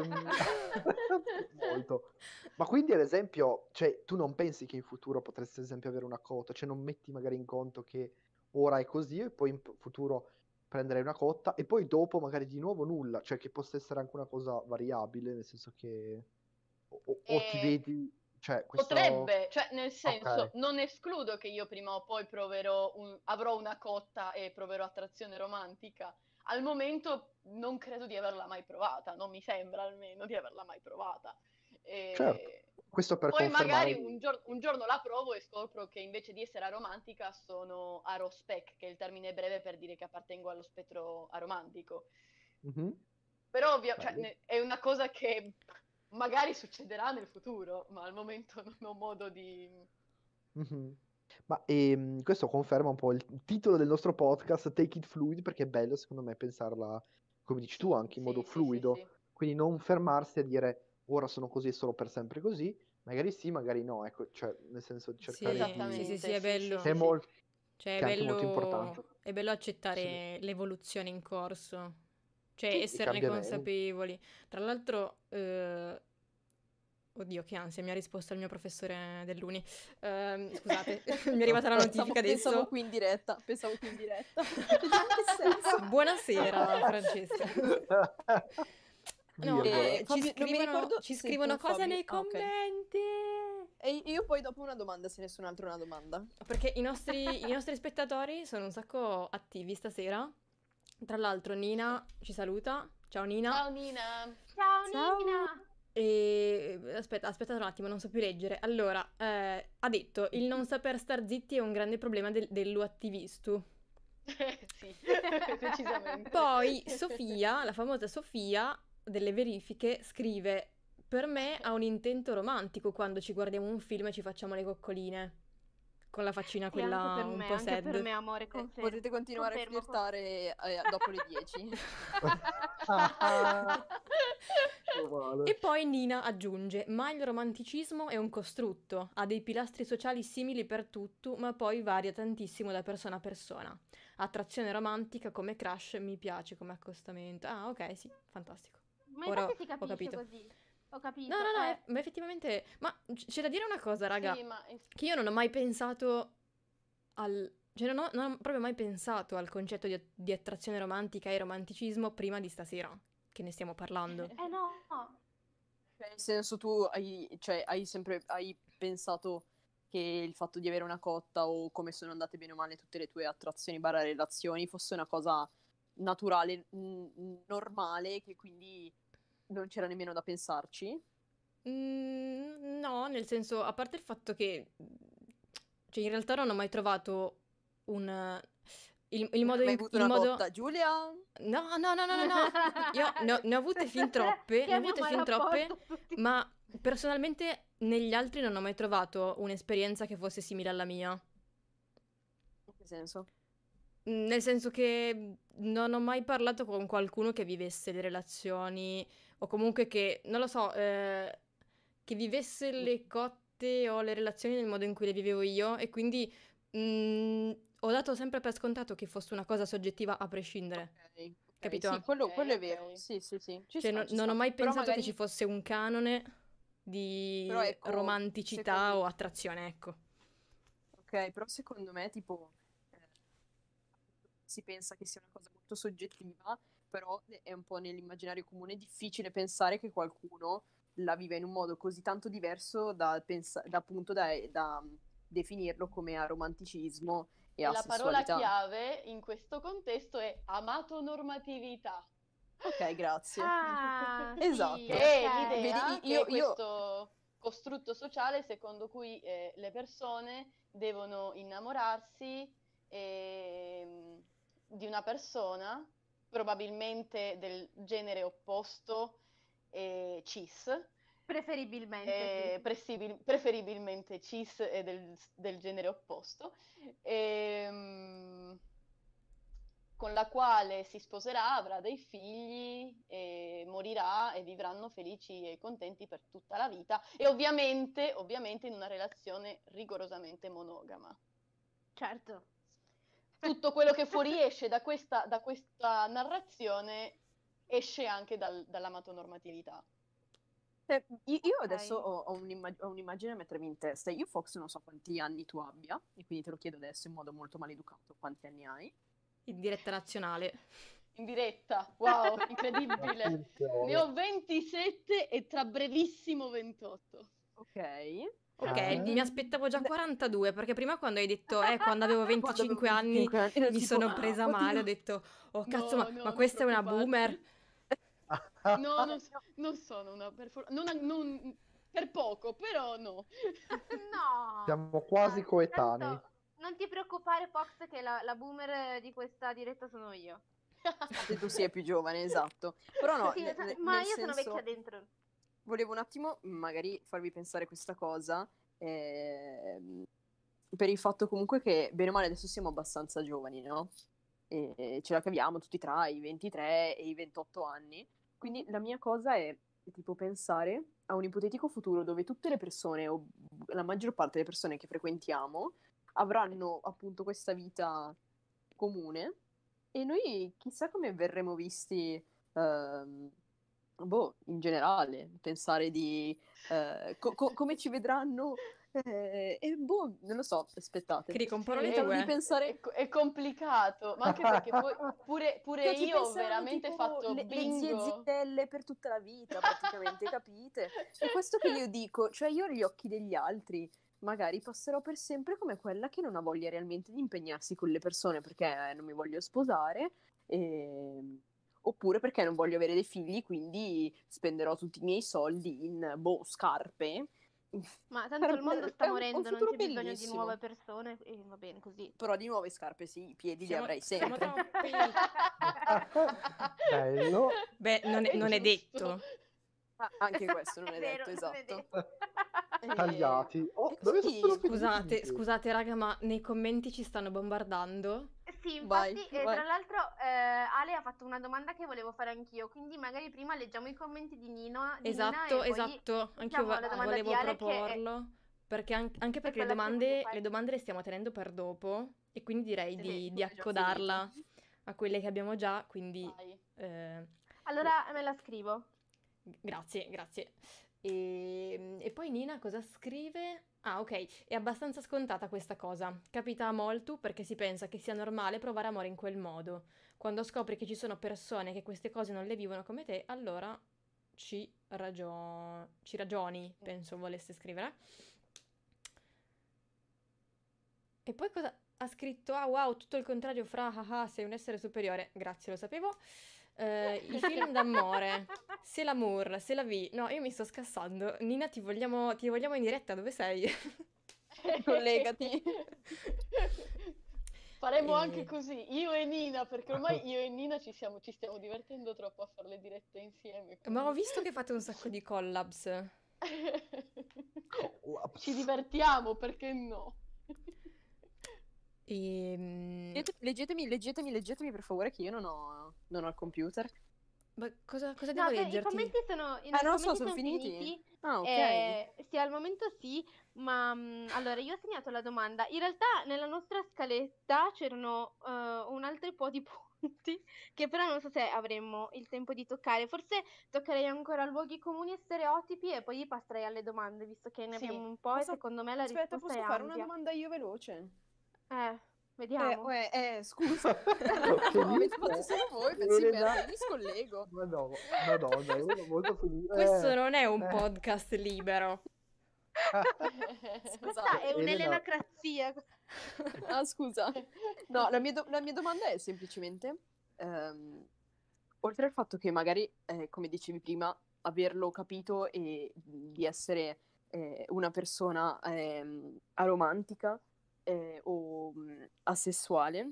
molto. Ma quindi ad esempio, cioè, tu non pensi che in futuro potresti ad esempio avere una cotta, cioè non metti magari in conto che ora è così e poi in futuro prenderai una cotta e poi dopo magari di nuovo nulla, cioè che possa essere anche una cosa variabile, nel senso che o ti E vedi, cioè questo... potrebbe, cioè nel senso, Ok, non escludo che io prima o poi avrò una cotta e proverò attrazione romantica. Al momento non credo di averla mai provata, non mi sembra almeno di averla mai provata. certo. E Questo per poi magari confermare... un giorno la provo e scopro che invece di essere aromantica sono arospec, che è il termine breve per dire che appartengo allo spettro aromantico. Mhm. Però cioè, Bello. è una cosa che magari succederà nel futuro, ma al momento non ho modo di... Mhm. Ma questo conferma un po' il titolo del nostro podcast, Take It Fluid, perché è bello secondo me pensarla, come dici tu, anche in modo fluido, Sì. quindi non fermarsi a dire ora sono così e solo per sempre così, magari sì, magari no, ecco, cioè nel senso di cercare Sì, sì, di... sì, sì, Esattamente, è sì, bello. che è, sì. Cioè, è che è anche molto bello importante. è bello accettare l'evoluzione in corso, cioè Sì, i esserne cambiamenti. consapevoli. Tra l'altro, oddio, che ansia, mi ha risposto il mio professore dell'Uni. Scusate, mi è arrivata la notifica Pensavo adesso. qui in diretta. Pensavo qui in diretta. In che senso? Buonasera, Francesca. No, Virgola. Fabio, non mi ricordo ci se scrivono tu, cose Fabio. nei Ah, ok. commenti. E io poi dopo una domanda, se nessun altro ha una domanda. Perché i nostri spettatori sono un sacco attivi stasera. Tra l'altro Nina ci saluta. Ciao Nina. Ciao Nina. Ciao Ciao. Nina! E aspetta un attimo, non so più leggere. Allora, ha detto: il non saper star zitti è un grande problema dell'attivistu. Sì, decisamente. Poi Sofia, la famosa Sofia delle verifiche, scrive: per me ha un intento romantico quando ci guardiamo un film e ci facciamo le coccoline. Con la faccina Sì, anche quella per un me, po' anche per sad. me, amore, confermo. Potete continuare Confermo, a flirtare dopo le 10. Uguale. E poi Nina aggiunge: ma il romanticismo è un costrutto, ha dei pilastri sociali simili per tutto, ma poi varia tantissimo da persona a persona. Attrazione romantica come crush mi piace come accostamento. Ah, ok, sì, fantastico. Ma Ora infatti si ho capisce capito. così. Ho capito. No, no, no, ma effettivamente... Ma c'è da dire una cosa, raga, Sì, ma che io non ho mai pensato cioè non ho proprio mai pensato al concetto di attrazione romantica e romanticismo prima di stasera, che ne stiamo parlando. No. Cioè, nel senso, tu hai pensato che il fatto di avere una cotta o come sono andate bene o male tutte le tue attrazioni barra relazioni fosse una cosa naturale, normale, che quindi non c'era nemmeno da pensarci? No, nel senso, a parte il fatto che... Cioè, in realtà non ho mai trovato un... Il Non modo hai mai in... avuto Il una modo... cotta, Giulia? No, no, no, no, no, no. Io ne ho avute fin troppe, ne ho avute Chiamiamo fin a troppe, rapporto tutti. ma personalmente negli altri non ho mai trovato un'esperienza che fosse simile alla mia. In che senso? Nel senso che non ho mai parlato con qualcuno che vivesse le relazioni o comunque che, non lo so, che vivesse le cotte o le relazioni nel modo in cui le vivevo io e quindi ho dato sempre per scontato che fosse una cosa soggettiva a prescindere, Ok, capito? sì, quello è Ok. vero. Sì, sì, sì. Ci Cioè sta, ci non ho sta. mai Però pensato che magari, ci fosse un canone però di ecco, romanticità o attrazione, ecco. ok, però secondo me, tipo, eh, si pensa che sia una cosa molto soggettiva, però è un po' nell'immaginario comune difficile pensare che qualcuno la viva in un modo così tanto diverso da appunto da definirlo come aromanticismo e E la parola asessualità. chiave in questo contesto è amatonormatività. Ok, grazie. Ah, Esatto. sì, Che è ok. l'idea, Vedi, che è io questo costrutto sociale secondo cui le persone devono innamorarsi di una persona, probabilmente del genere opposto, cis, Preferibilmente, sì. preferibilmente cis e del genere opposto, ehm, con la quale si sposerà, avrà dei figli, e morirà e vivranno felici e contenti per tutta la vita e ovviamente in una relazione rigorosamente monogama. Certo. Tutto quello che fuoriesce da questa narrazione esce anche dall'amatonormatività. Io adesso Ok. ho un'immagine da mettermi in testa. Io, Fox, non so quanti anni tu abbia, e quindi te lo chiedo adesso in modo molto maleducato, quanti anni hai? In diretta nazionale. In diretta, wow, incredibile. Ne Attenzione. ho 27 e tra brevissimo 28. Ok. Ok, mi aspettavo già Ne- 42, perché prima quando hai detto, quando avevo Quando avevo 25 anni 25 anni ero mi tipo, sono presa male, ho oddio. detto, oh cazzo, No, ma no, non questa è una boomer? preoccuparti. No, non sono una per poco, però no. No. Siamo quasi No, coetanei. tanto non ti preoccupare, Fox, che la boomer di questa diretta sono io. Se tu sei più giovane, esatto. Però no, Sì, ma nel io sono vecchia senso, dentro. volevo un attimo magari farvi pensare questa cosa, per il fatto comunque che, bene o male, adesso siamo abbastanza giovani, no? E ce la caviamo tutti tra i 23 e i 28 anni. Quindi la mia cosa è tipo pensare a un ipotetico futuro dove tutte le persone, o la maggior parte delle persone che frequentiamo, avranno appunto questa vita comune e noi chissà come verremo visti, in generale, pensare di come ci vedranno. Non lo so, aspettate. Che dico un po' Sto le tentando di tue. pensare. È complicato, ma anche perché poi pure Cioè, ci io ho penseranno veramente tipo fatto le zie bingo. zitelle per tutta la vita, praticamente, capite? È questo che io dico, cioè io agli occhi degli altri magari passerò per sempre come quella che non ha voglia realmente di impegnarsi con le persone perché non mi voglio sposare, oppure perché non voglio avere dei figli, quindi spenderò tutti i miei soldi in, scarpe. Ma tanto il mondo sta È un morendo, non futuro c'è bisogno di bellissimo. nuove persone e va bene così. Però di nuove scarpe sì, i piedi li avrei Siamo sempre. troppi. Bello. Beh, non è giusto. detto. Anche questo non è vero, detto, non è esatto. detto. Tagliati. Oh, e dove quindi- sono finiti? Scusate raga, ma nei commenti ci stanno bombardando. Sì, Vai, infatti, vai. tra l'altro Ale ha fatto una domanda che volevo fare anch'io, quindi magari prima leggiamo i commenti di Nina Esatto, e poi esatto. Anch'io diciamo la domanda volevo di Ale che proporlo. Perché anche è perché quella che voglio fare. le domande le stiamo tenendo per dopo. E quindi direi Sì, di tu hai già accodarla a quelle che abbiamo già. Quindi Vai. Allora me la scrivo. grazie, grazie. E poi Nina cosa scrive? Ah, ok, è abbastanza scontata questa cosa. Capita a molto perché si pensa che sia normale provare amore in quel modo. Quando scopri che ci sono persone che queste cose non le vivono come te, allora ci ragioni, penso volesse scrivere. E poi cosa ha scritto? Ah, wow, tutto il contrario fra, haha, sei un essere superiore. Grazie, lo sapevo. I film d'amore, c'est l'amour, c'est la vie. No, io mi sto scassando. Nina, ti vogliamo in diretta, dove sei? Collegati. Faremo E- anche così, io e Nina, perché ormai io e Nina ci stiamo divertendo troppo a fare le dirette insieme. Ma ho quindi- visto che fate un sacco di collabs. Collapse. Ci divertiamo, perché no? Leggetemi per favore che io non ho il computer. Ma cosa No, devo i leggerti? commenti sono, i Non lo so, commenti sono sono finiti? Ah, ok. sì, al momento sì, ma allora io ho segnato la domanda. In realtà nella nostra scaletta c'erano un altro po' di punti che però non so se avremmo il tempo di toccare. Forse toccherei ancora luoghi comuni e stereotipi e poi passerei alle domande, visto che ne Sì. abbiamo un po' e secondo me la Aspetta, risposta è posso fare una ampia. domanda io veloce? Vediamo. Scusa. Avete fatto solo voi, pezzi di merda, io mi scollego. Madonna, io sono molto felice. Questo non è un podcast libero. Questa è Elena. un'elenacrazia. Ah, scusa. No, la mia domanda è semplicemente, oltre al fatto che magari, come dicevi prima, averlo capito e di essere una persona aromantica o asessuale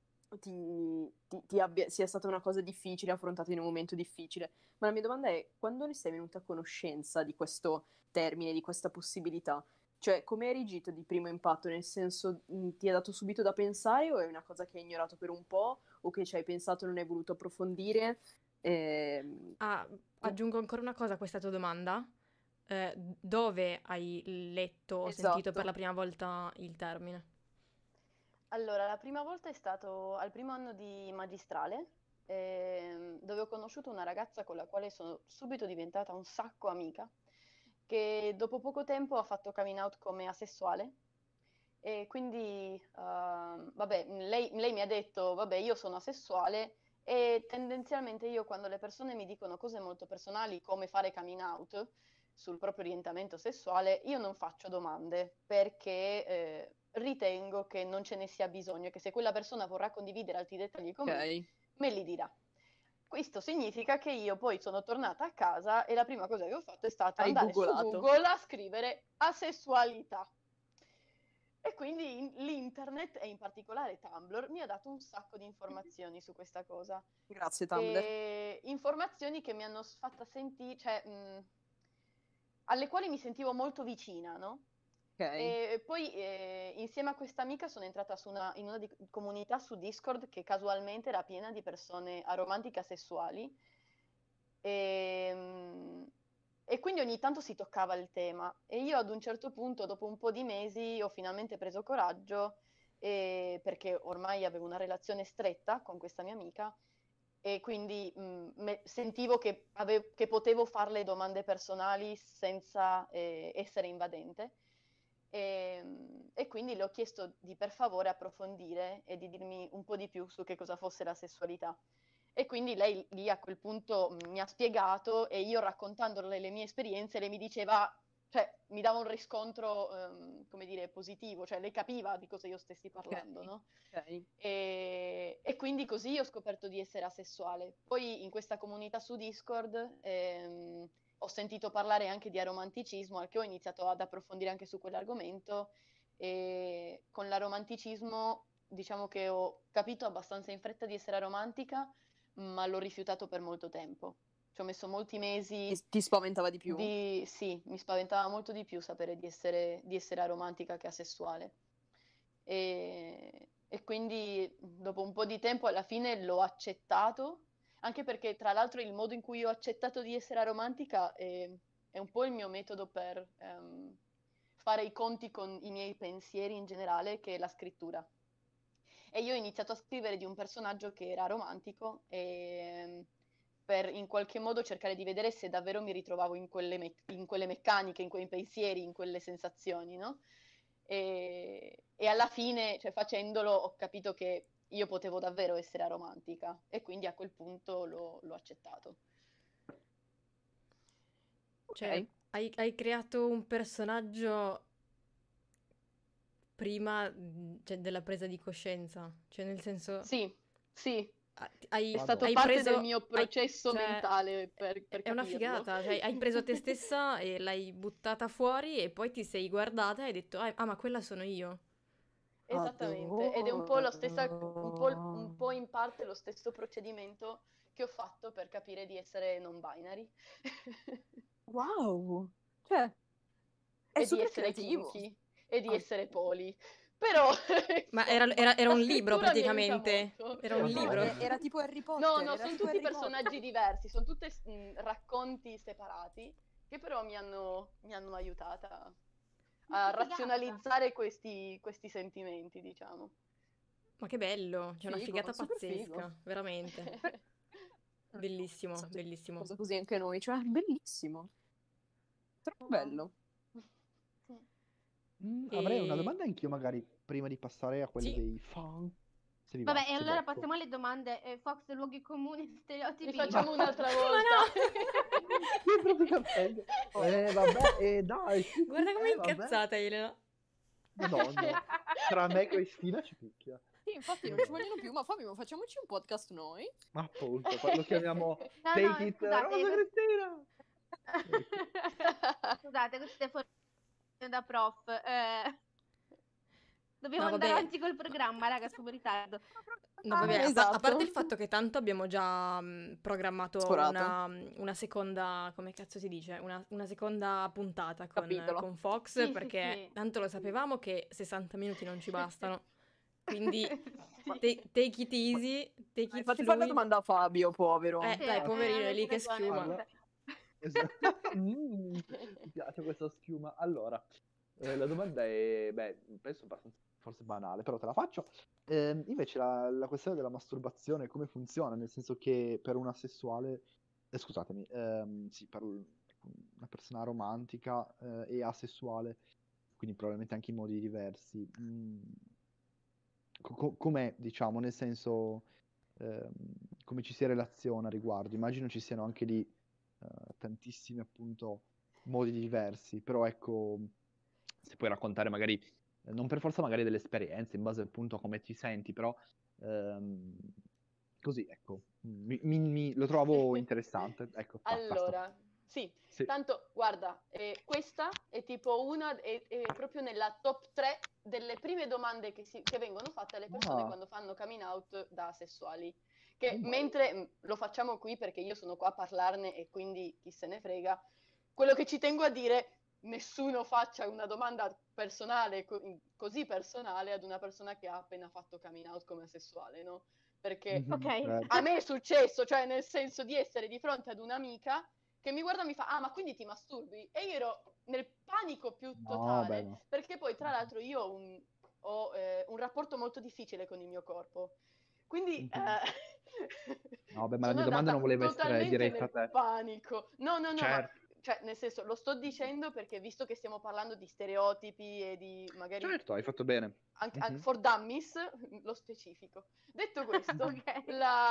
sia stata una cosa difficile, affrontata in un momento difficile. Ma la mia domanda è, quando ne sei venuta a conoscenza di questo termine, di questa possibilità? Cioè, come hai reagito di primo impatto? Nel senso, ti ha dato subito da pensare o è una cosa che hai ignorato per un po' o che ci hai pensato e non hai voluto approfondire? Ah, aggiungo ancora una cosa a questa tua domanda. Dove hai letto o sentito per Esatto. la prima volta il termine? Allora, la prima volta è stato al primo anno di magistrale, dove ho conosciuto una ragazza con la quale sono subito diventata un sacco amica, che dopo poco tempo ha fatto coming out come asessuale. E quindi, vabbè, lei mi ha detto, vabbè, io sono asessuale e tendenzialmente io quando le persone mi dicono cose molto personali come fare coming out sul proprio orientamento sessuale, io non faccio domande perché ritengo che non ce ne sia bisogno, che se quella persona vorrà condividere altri dettagli con me li dirà. Questo significa che io poi sono tornata a casa e la prima cosa che ho fatto è stato Hai andare su googolato. Google a scrivere asessualità. E quindi l'internet, e in particolare Tumblr, mi ha dato un sacco di informazioni su questa cosa. Grazie, Tumblr. E informazioni che mi hanno fatta sentire, cioè, alle quali mi sentivo molto vicina, no? Ok. E poi insieme a questa amica sono entrata in una comunità su Discord che casualmente era piena di persone aromantiche asessuali e quindi ogni tanto si toccava il tema e io ad un certo punto, dopo un po' di mesi, ho finalmente preso coraggio perché ormai avevo una relazione stretta con questa mia amica e quindi sentivo che potevo farle domande personali senza essere invadente. E quindi le ho chiesto di per favore approfondire e di dirmi un po' di più su che cosa fosse la sessualità. E quindi lei lì a quel punto mi ha spiegato e io raccontandole le mie esperienze, lei mi diceva, cioè mi dava un riscontro, come dire, positivo, cioè lei capiva di cosa io stessi parlando, no? Ok. E quindi così ho scoperto di essere asessuale. Poi in questa comunità su Discord ho sentito parlare anche di aromanticismo, al che ho iniziato ad approfondire anche su quell'argomento e con l'aromanticismo diciamo che ho capito abbastanza in fretta di essere aromantica, ma l'ho rifiutato per molto tempo. Ci ho messo molti mesi Ti spaventava di più? sì, mi spaventava molto di più sapere di essere aromantica che asessuale. E quindi dopo un po' di tempo alla fine l'ho accettato, anche perché tra l'altro il modo in cui ho accettato di essere aromantica è un po' il mio metodo per fare i conti con i miei pensieri in generale, che è la scrittura. E io ho iniziato a scrivere di un personaggio che era romantico e per in qualche modo cercare di vedere se davvero mi ritrovavo in quelle meccaniche, in quei pensieri, in quelle sensazioni, no? E alla fine, cioè facendolo, ho capito che io potevo davvero essere aromantica e quindi a quel punto l'ho accettato. Cioè, Ok. hai creato un personaggio prima, cioè, della presa di coscienza. Cioè, nel senso, Sì, sì, hai, è Madonna. stato hai parte preso... del mio processo cioè, mentale per è una capirlo. figata. Cioè, hai preso te stessa e l'hai buttata fuori e poi ti sei guardata e hai detto, ma quella sono io. Esattamente, ed è un po' la stessa, un po' in parte lo stesso procedimento che ho fatto per capire di essere non binary Wow! Cioè, è e di super essere creativo. kinky e di Ah, essere poli. Però, Ma insomma, era la un libro scrittura mi aiuta praticamente. molto. Era un Madonna. libro. era tipo Harry No, Potter, no, era sono tipo tutti Harry personaggi Potter. diversi, sono tutti racconti separati che però mi hanno aiutata a Che figata. razionalizzare questi sentimenti, diciamo. Ma che bello. C'è una Figo, figata super figo. pazzesca. Veramente. Bellissimo, bellissimo. Cosa così anche noi, cioè, bellissimo. Troppo bello. Sì. Avrei una E... domanda anch'io, magari, prima di passare a quelle Sì. dei fan. Se vi va, Vabbè, e se allora posso. passiamo alle domande. Fox, luoghi comuni, Li stereotipi. facciamo un'altra Ma volta. Io proprio capendo. Vabbè, dai, sì, sì, Guarda com'è vabbè. incazzata, Elena. Madonna. Tra me e Cristina ci picchia. Sì, infatti non ci vogliono più, ma Fabio, ma facciamoci un podcast noi? Ma appunto, lo chiamiamo No, Take It scusate. Rosa Cristina. Ecco. Scusate, queste forme da prof. Dobbiamo No, andare vabbè. avanti col programma, raga, siamo in ritardo. No, vabbè, a Esatto. parte il fatto che tanto abbiamo già programmato Sforato. una seconda, come cazzo si dice? Una seconda puntata Capitolo. con Fox, Sì, sì, perché sì. tanto lo sapevamo che 60 minuti non ci bastano. Quindi Sì. take it easy, take it Fatti fare la fluid. domanda a Fabio, povero. Sì, Dai, poverino, è lì che prego, schiuma. Allora, mi piace questa schiuma. Allora, la domanda è, penso abbastanza, forse banale, però te la faccio. Invece la questione della masturbazione, come funziona? Nel senso che per una sessuale, scusatemi, sì, per una persona romantica e asessuale, quindi probabilmente anche in modi diversi. Com'è, diciamo, nel senso, ehm, come ci si relaziona a riguardo? Immagino ci siano anche lì tantissimi, appunto, modi diversi, però ecco, se puoi raccontare magari, non per forza magari delle esperienze, in base appunto a come ti senti, però ehm, così, ecco, lo trovo interessante. Ecco, basta. Allora, sì, Sì. tanto guarda, questa è tipo è proprio nella top 3 delle prime domande che vengono fatte alle persone Ah, quando fanno coming out da asessuali. Che oh, mentre lo facciamo qui perché io sono qua a parlarne e quindi chi se ne frega, quello che ci tengo a dire, nessuno faccia una domanda personale, così personale ad una persona che ha appena fatto coming out come asessuale, no? Perché mhm, Ok. certo. a me è successo, cioè nel senso di essere di fronte ad un'amica che mi guarda e mi fa, ma quindi ti masturbi? E io ero nel panico più No, beh, totale, no. perché poi tra l'altro io ho ho un rapporto molto difficile con il mio corpo. Quindi No, beh, ma la sono mia domanda andata non voleva essere totalmente diretta a nel te. panico. No, ma Certo, cioè, nel senso, lo sto dicendo perché visto che stiamo parlando di stereotipi e di magari certo, hai fatto bene. anche Mhm. for dummies, lo specifico. Detto questo, Ok.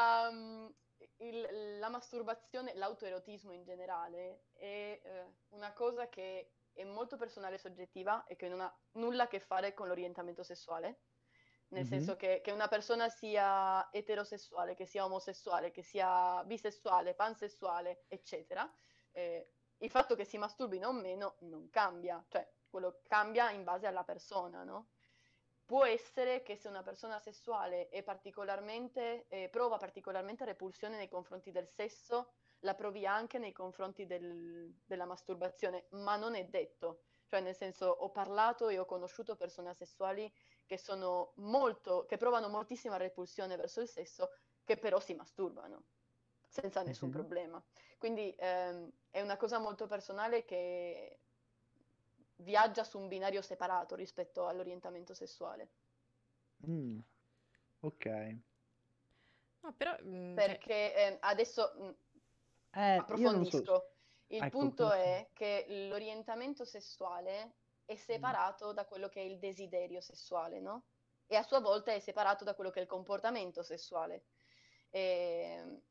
la masturbazione, l'autoerotismo in generale è una cosa che è molto personale e soggettiva e che non ha nulla a che fare con l'orientamento sessuale. Nel Mhm. senso che una persona sia eterosessuale, che sia omosessuale, che sia bisessuale, pansessuale, eccetera, il fatto che si masturbino o meno non cambia, cioè quello cambia in base alla persona, no? Può essere che se una persona sessuale è prova particolarmente repulsione nei confronti del sesso, la provi anche nei confronti della masturbazione, ma non è detto. Cioè, nel senso, ho parlato e ho conosciuto persone asessuali che provano moltissima repulsione verso il sesso, che però si masturbano senza nessun Mhm. problema. Quindi è una cosa molto personale che viaggia su un binario separato rispetto all'orientamento sessuale. Mm, ok. No, però, cioè, Perché adesso Io non so. approfondisco. Il Ecco, punto è che l'orientamento sessuale è separato da quello che è il desiderio sessuale, no? E a sua volta è separato da quello che è il comportamento sessuale. E,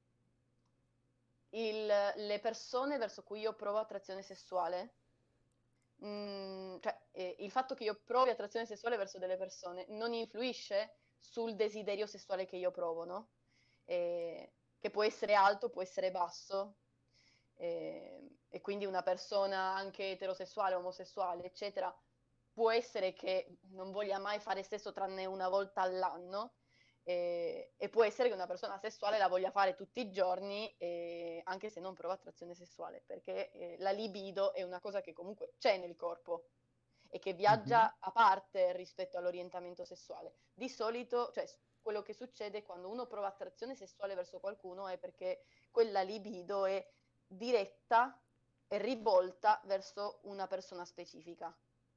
le persone verso cui io provo attrazione sessuale, cioè il fatto che io provi attrazione sessuale verso delle persone non influisce sul desiderio sessuale che io provo, no? Che può essere alto, può essere basso, e quindi una persona anche eterosessuale, omosessuale, eccetera, può essere che non voglia mai fare sesso tranne una volta all'anno, e può essere che una persona sessuale la voglia fare tutti i giorni, anche se non prova attrazione sessuale, perché la libido è una cosa che comunque c'è nel corpo e che Mhm. viaggia a parte rispetto all'orientamento sessuale. Di solito, cioè, quello che succede quando uno prova attrazione sessuale verso qualcuno è perché quella libido è diretta e rivolta verso una persona specifica.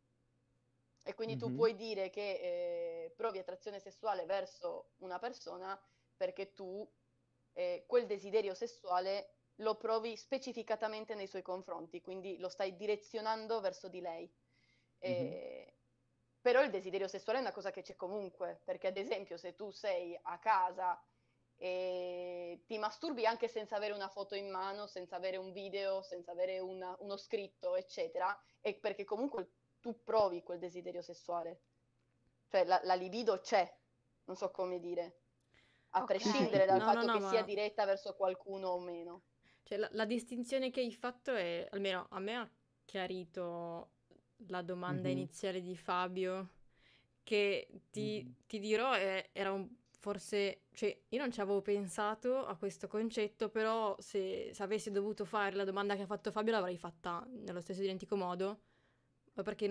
E quindi tu Mhm. puoi dire che provi attrazione sessuale verso una persona perché tu quel desiderio sessuale lo provi specificatamente nei suoi confronti, quindi lo stai direzionando verso di lei. Mhm. Però il desiderio sessuale è una cosa che c'è comunque, perché ad esempio se tu sei a casa e ti masturbi anche senza avere una foto in mano, senza avere un video, senza avere uno scritto, eccetera, è perché comunque tu provi quel desiderio sessuale. Cioè la libido c'è, non so come dire, a Ok. Sì, sì, sì, prescindere dal sì. no, no, fatto no, che sia ma diretta verso qualcuno o meno. cioè, la distinzione che hai fatto è, almeno a me ha chiarito la domanda Mhm. iniziale di Fabio, che Mhm. ti dirò, era forse, cioè, io non ci avevo pensato a questo concetto, però se avessi dovuto fare la domanda che ha fatto Fabio l'avrei fatta nello stesso identico modo, ma perché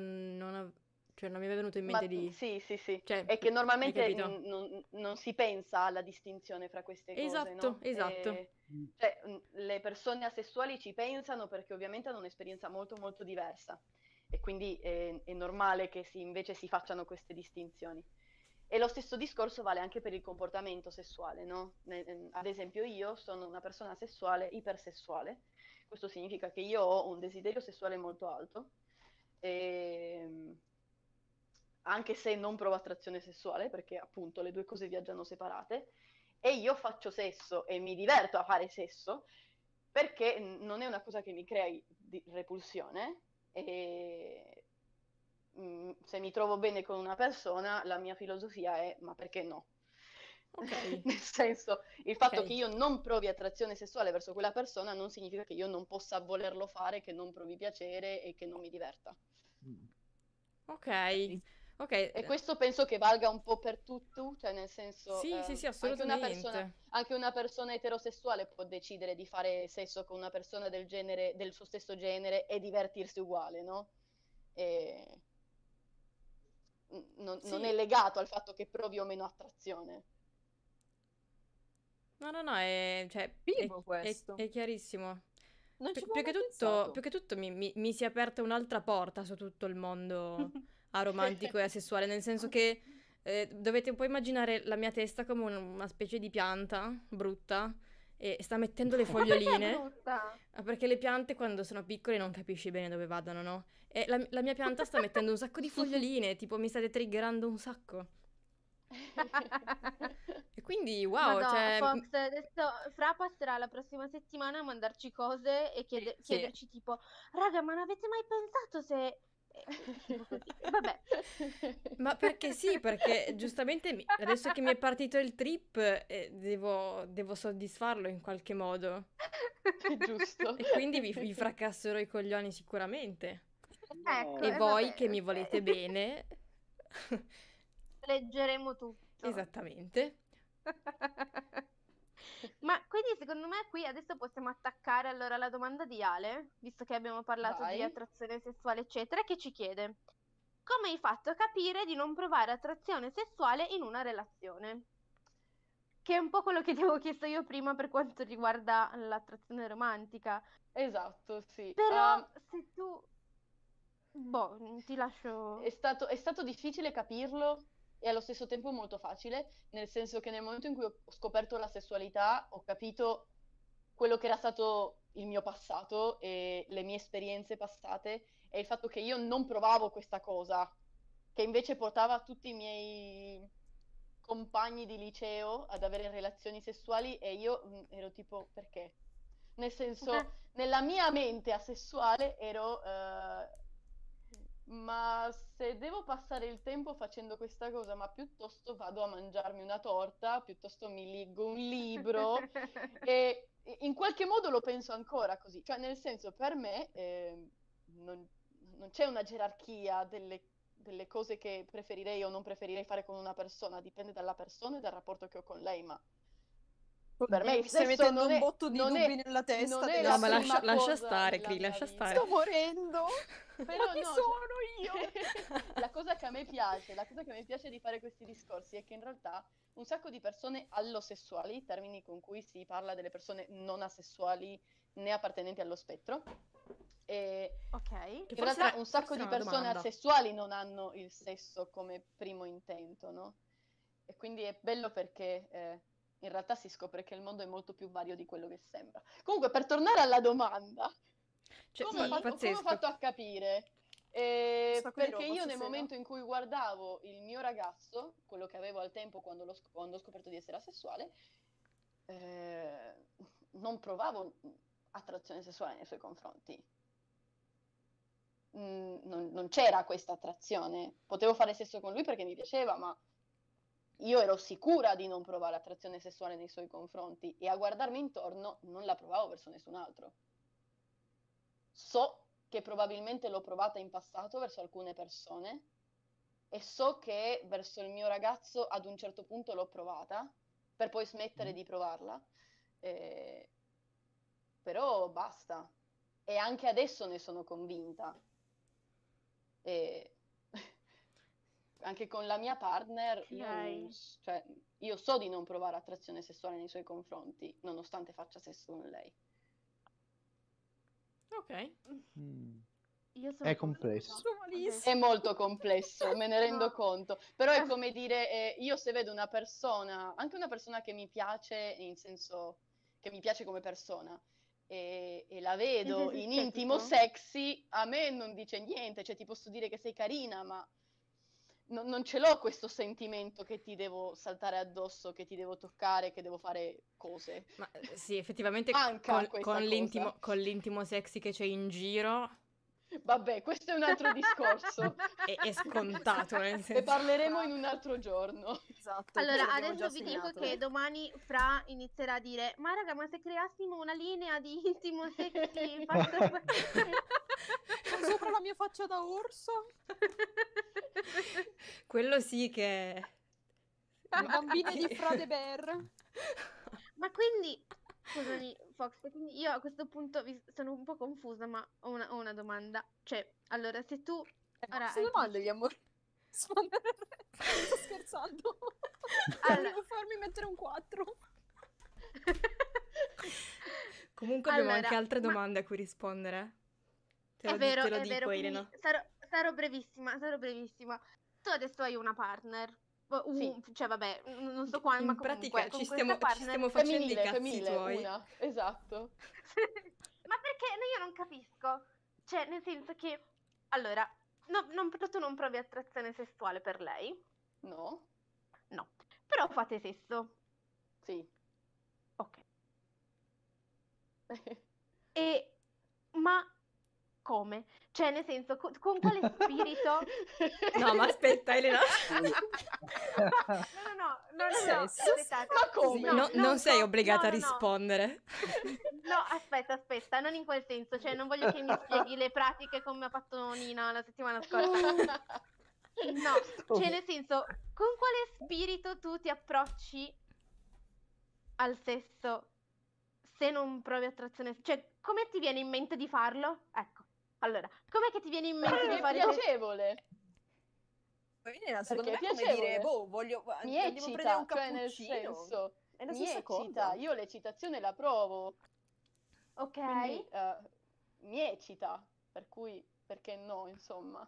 cioè, non mi è venuto in mente Ma di... sì, sì, sì, Cioè, è che hai normalmente capito? non si pensa alla distinzione fra queste cose, Esatto, no? esatto. Cioè, le persone asessuali ci pensano perché ovviamente hanno un'esperienza molto molto diversa e quindi è normale che invece si facciano queste distinzioni. E lo stesso discorso vale anche per il comportamento sessuale, no? Ad esempio io sono una persona sessuale ipersessuale, questo significa che io ho un desiderio sessuale molto alto, e anche se non provo attrazione sessuale, perché appunto le due cose viaggiano separate, e io faccio sesso e mi diverto a fare sesso perché non è una cosa che mi crea repulsione e se mi trovo bene con una persona, la mia filosofia è ma perché no? Ok, Nel senso, il fatto che ok, io non provi attrazione sessuale verso quella persona non significa che io non possa volerlo fare, che non provi piacere e che non mi diverta. ok, Ok. ok. E questo penso che valga un po' per tutti, cioè nel senso, Sì, sì, sì, anche assolutamente. una persona eterosessuale può decidere di fare sesso con una persona del genere, del suo stesso genere e divertirsi uguale, no? E non è Sì, legato al fatto che provi o meno attrazione. no, no, no, cioè, Figo questo. è chiarissimo. Non ci avevo Più che mai tutto, pensato. mi si è aperta un'altra porta su tutto il mondo aromantico e asessuale, nel senso che dovete un po' immaginare la mia testa come una specie di pianta brutta e sta mettendo le foglioline, Brutta. perché le piante quando sono piccole non capisci bene dove vadano, no? E la mia pianta sta mettendo un sacco di foglioline, tipo mi state triggerando un sacco. E quindi, wow, Madò, cioè... Fox, adesso Fra passerà la prossima settimana a mandarci cose e Sì. chiederci tipo, raga, ma non avete mai pensato se... tipo così. Vabbè. Ma perché sì, perché giustamente adesso che mi è partito il trip devo soddisfarlo in qualche modo. Giusto. E quindi vi fracasserò i coglioni sicuramente. Ecco, E voi vabbè, che mi ok. volete bene. Leggeremo tutto. Esattamente. Ma quindi secondo me qui adesso possiamo attaccare allora la domanda di Ale, visto che abbiamo parlato di Vai. attrazione sessuale, eccetera, che ci chiede: come hai fatto a capire di non provare attrazione sessuale in una relazione? Che è un po' quello che ti avevo chiesto io prima per quanto riguarda l'attrazione romantica. Esatto, sì. Però se tu... Boh, ti lascio... È stato difficile capirlo e allo stesso tempo molto facile, nel senso che nel momento in cui ho scoperto la sessualità, ho capito quello che era stato il mio passato e le mie esperienze passate e il fatto che io non provavo questa cosa, che invece portava tutti i miei compagni di liceo ad avere relazioni sessuali e io ero tipo, perché? Nel senso, nella mia mente asessuale ero... ma se devo passare il tempo facendo questa cosa, ma piuttosto vado a mangiarmi una torta, piuttosto mi leggo un libro e in qualche modo lo penso ancora così, cioè nel senso per me non c'è una gerarchia delle cose che preferirei o non preferirei fare con una persona, dipende dalla persona e dal rapporto che ho con lei, ma per me Oddio, il mi stai sesso mettendo non un è, botto di non dubbi è, nella testa. non è No, la ma prima lascia cosa stare, nella Cri, mia lascia vita. stare. Sto morendo. Però Ma chi no, sono io? la cosa che a me piace di fare questi discorsi è che in realtà un sacco di persone allosessuali, termini con cui si parla delle persone non asessuali né appartenenti allo spettro, e Ok. Che in realtà forse un sacco è di una persone domanda. asessuali non hanno il sesso come primo intento, no? E quindi è bello perché in realtà si scopre che il mondo è molto più vario di quello che sembra. Comunque, per tornare alla domanda, Cioè, come ho pazzesco. fatto a capire? Un sacco di Perché roba io nel stasera. momento in cui guardavo il mio ragazzo, quello che avevo al tempo quando ho scoperto di essere asessuale, non provavo attrazione sessuale nei suoi confronti. Non c'era questa attrazione. Potevo fare sesso con lui perché mi piaceva, ma io ero sicura di non provare attrazione sessuale nei suoi confronti e a guardarmi intorno non la provavo verso nessun altro. So che probabilmente l'ho provata in passato verso alcune persone e so che verso il mio ragazzo ad un certo punto l'ho provata per poi smettere di provarla, però basta. E anche adesso ne sono convinta. E anche con la mia partner, Ok. io so di non provare attrazione sessuale nei suoi confronti, nonostante faccia sesso con lei. Ok. Io sono È complesso. confusa. È molto complesso, me ne rendo No. conto, però è come dire, io se vedo una persona, anche una persona che mi piace, in senso che mi piace come persona, e la vedo Sì, in cioè, intimo tipo? sexy, a me non dice niente, cioè ti posso dire che sei carina, ma non ce l'ho questo sentimento che ti devo saltare addosso, che ti devo toccare, che devo fare cose. Ma sì, effettivamente Manca questa cosa. con l'intimo sexy che c'è in giro Vabbè, questo è un altro discorso. è scontato, nel Ne senso... parleremo in un altro giorno. Esatto, Allora, questo l'abbiamo già adesso vi dico segnato. che domani Fra inizierà a dire: ma raga, ma se creassimo una linea di intimo sexy fatto... Con sopra la mia faccia da orso. Quello sì che... Le bambine di Frade Bear. Ma quindi, scusami Fox, quindi io a questo punto sono un po' confusa, ma ho una domanda. Cioè, allora, se tu... ora Queste hai domande, dici- gli amore. Sto scherzando. Allora- Devo farmi mettere un 4. Comunque abbiamo Allora, anche altre ma- domande a cui rispondere. È vero, te lo è dico, vero, Elena. quindi sarò brevissima. Tu adesso hai una partner. Sì. Cioè, vabbè, non so quando, ma In pratica comunque, con ci questa stiamo partner... facendo i cazzi Femminile, tuoi. una, esatto. Ma perché io non capisco? Cioè, nel senso che... Allora, tu non provi attrazione sessuale per lei? No? No. Però fate sesso. Sì. Ok. Ma come? Cioè, nel senso, con quale spirito? No, ma aspetta, Elena. No, Sesso? aspettate. Ma come? Non sei obbligata a no. rispondere. No, aspetta, non in quel senso, cioè non voglio che mi spieghi le pratiche come ha fatto Nina la settimana scorsa. No, cioè nel senso, con quale spirito tu ti approcci al sesso se non provi attrazione? Cioè, come ti viene in mente di farlo? Ecco, allora, com'è che ti viene in mente di È fare piacevole. Secondo me Perché è è come piacevole. dire, voglio Mi andiamo a prendere un eccita, cioè nel cappuccino. senso, È la mi stessa eccita, cosa. io l'eccitazione la provo, Ok? quindi mi eccita, per cui perché no, insomma.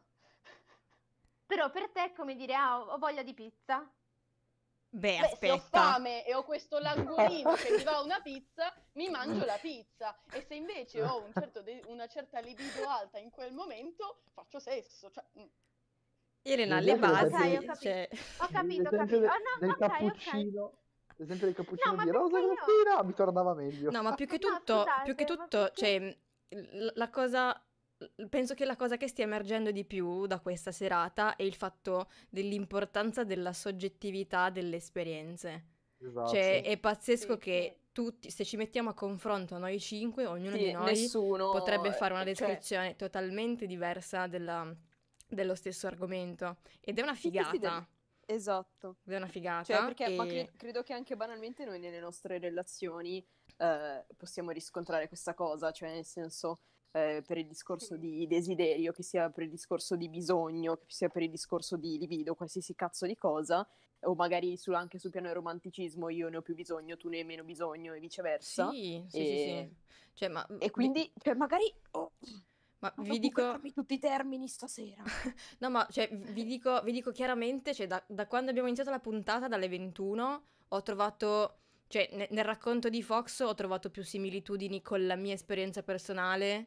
Però per te è come dire, ho voglia di pizza. Beh, Beh, se ho aspetta. fame e ho questo languorino che mi va una pizza, mi mangio la pizza. E se invece ho una certa libido alta in quel momento, faccio sesso. Cioè, Elena, Per le esempio, basi, Ok, ho capito. cioè... Ho capito. l'esempio Oh, no, del ok. cappuccino. L'esempio del cappuccino No, ma di Rosa perché io... Cristina mi tornava meglio. No, ma più che No, tutto, scusate, ma perché... cioè, la cosa, penso che la cosa che stia emergendo di più da questa serata è il fatto dell'importanza della soggettività delle esperienze. Cioè, Esatto. è pazzesco Sì. che tutti, se ci mettiamo a confronto noi cinque, ognuno di Sì, noi nessuno, potrebbe fare una cioè, descrizione totalmente diversa dello stesso argomento. Ed è una sì, sì, figata. esatto. Ed è una Cioè, figata. perché, ma E... credo che anche banalmente noi nelle nostre relazioni possiamo riscontrare questa cosa, cioè nel senso per il discorso di desiderio, che sia per il discorso di bisogno, che sia per il discorso di libido, qualsiasi cazzo di cosa, o magari anche sul piano del romanticismo io ne ho più bisogno, tu ne hai meno bisogno e viceversa. Sì. Cioè, ma E quindi, cioè, magari... ma non vi dico... recuperarmi tutti i termini stasera. No, ma cioè, vi dico chiaramente, cioè, da quando abbiamo iniziato la puntata, dalle 21, ho trovato, cioè, nel racconto di Fox ho trovato più similitudini con la mia esperienza personale,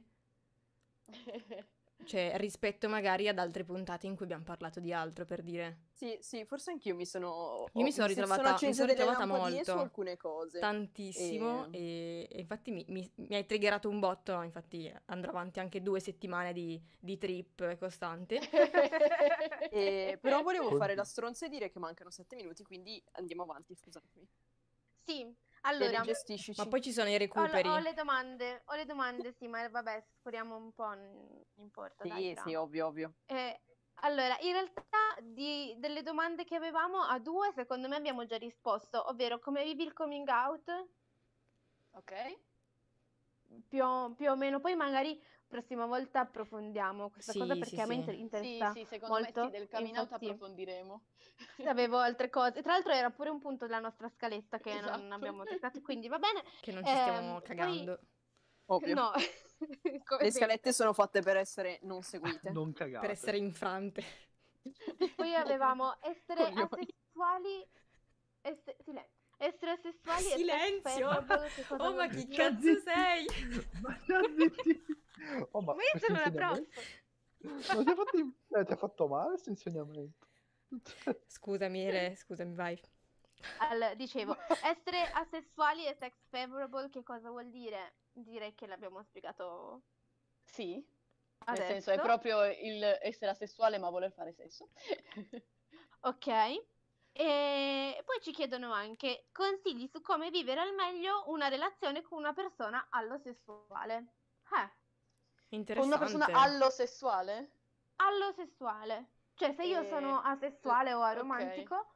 cioè, rispetto magari ad altre puntate in cui abbiamo parlato di altro, per dire. Sì, forse anch'io mi sono... Io mi sono sono ritrovata accese delle lampadine molto, su alcune cose. tantissimo, e infatti mi hai triggerato un botto, infatti andrò avanti anche 2 settimane di trip costante. Però volevo fare Oddio. la stronza e dire che mancano 7 minuti, quindi andiamo avanti, scusatemi. Sì, allora... Gestiscici. Ma poi ci sono i recuperi. Ho le domande, sì, ma vabbè, speriamo un po', non importa, dai, Sì, ovvio. Allora, in realtà delle domande che avevamo a 2, secondo me abbiamo già risposto, ovvero come vivi il coming out, Ok? più o meno, poi magari prossima volta approfondiamo questa Sì, cosa sì, perché a me sì. interessa Sì, secondo me molto, sì, del coming out infatti approfondiremo. avevo altre cose, tra l'altro era pure un punto della nostra scaletta che non Esatto. abbiamo toccato, quindi va bene. Che non ci stiamo Poi... cagando. Ovvio. No, come Le scalette sempre. sono fatte per essere non seguite. Non Per cagate. essere infrante. Poi avevamo essere Coglioni. asessuali. Essere asessuali e sex Silenzio! favorable, che cosa Oh, ma vuol chi dire? cazzo sei? Ma sta zitti. Oh, ma Ma io questo sono una prof. insegnamento... Ma ti ha fatto male questo insegnamento? Scusami, Ele, scusami, vai. Dicevo, essere asessuali e sex favorable, che cosa vuol dire? Direi che l'abbiamo spiegato Sì, nel adesso. senso è proprio il essere asessuale ma voler fare sesso. Ok. E poi ci chiedono anche consigli su come vivere al meglio una relazione con una persona allosessuale. Con una persona Interessante. allosessuale? Allosessuale. Cioè, se io sono asessuale o ok. aromantico,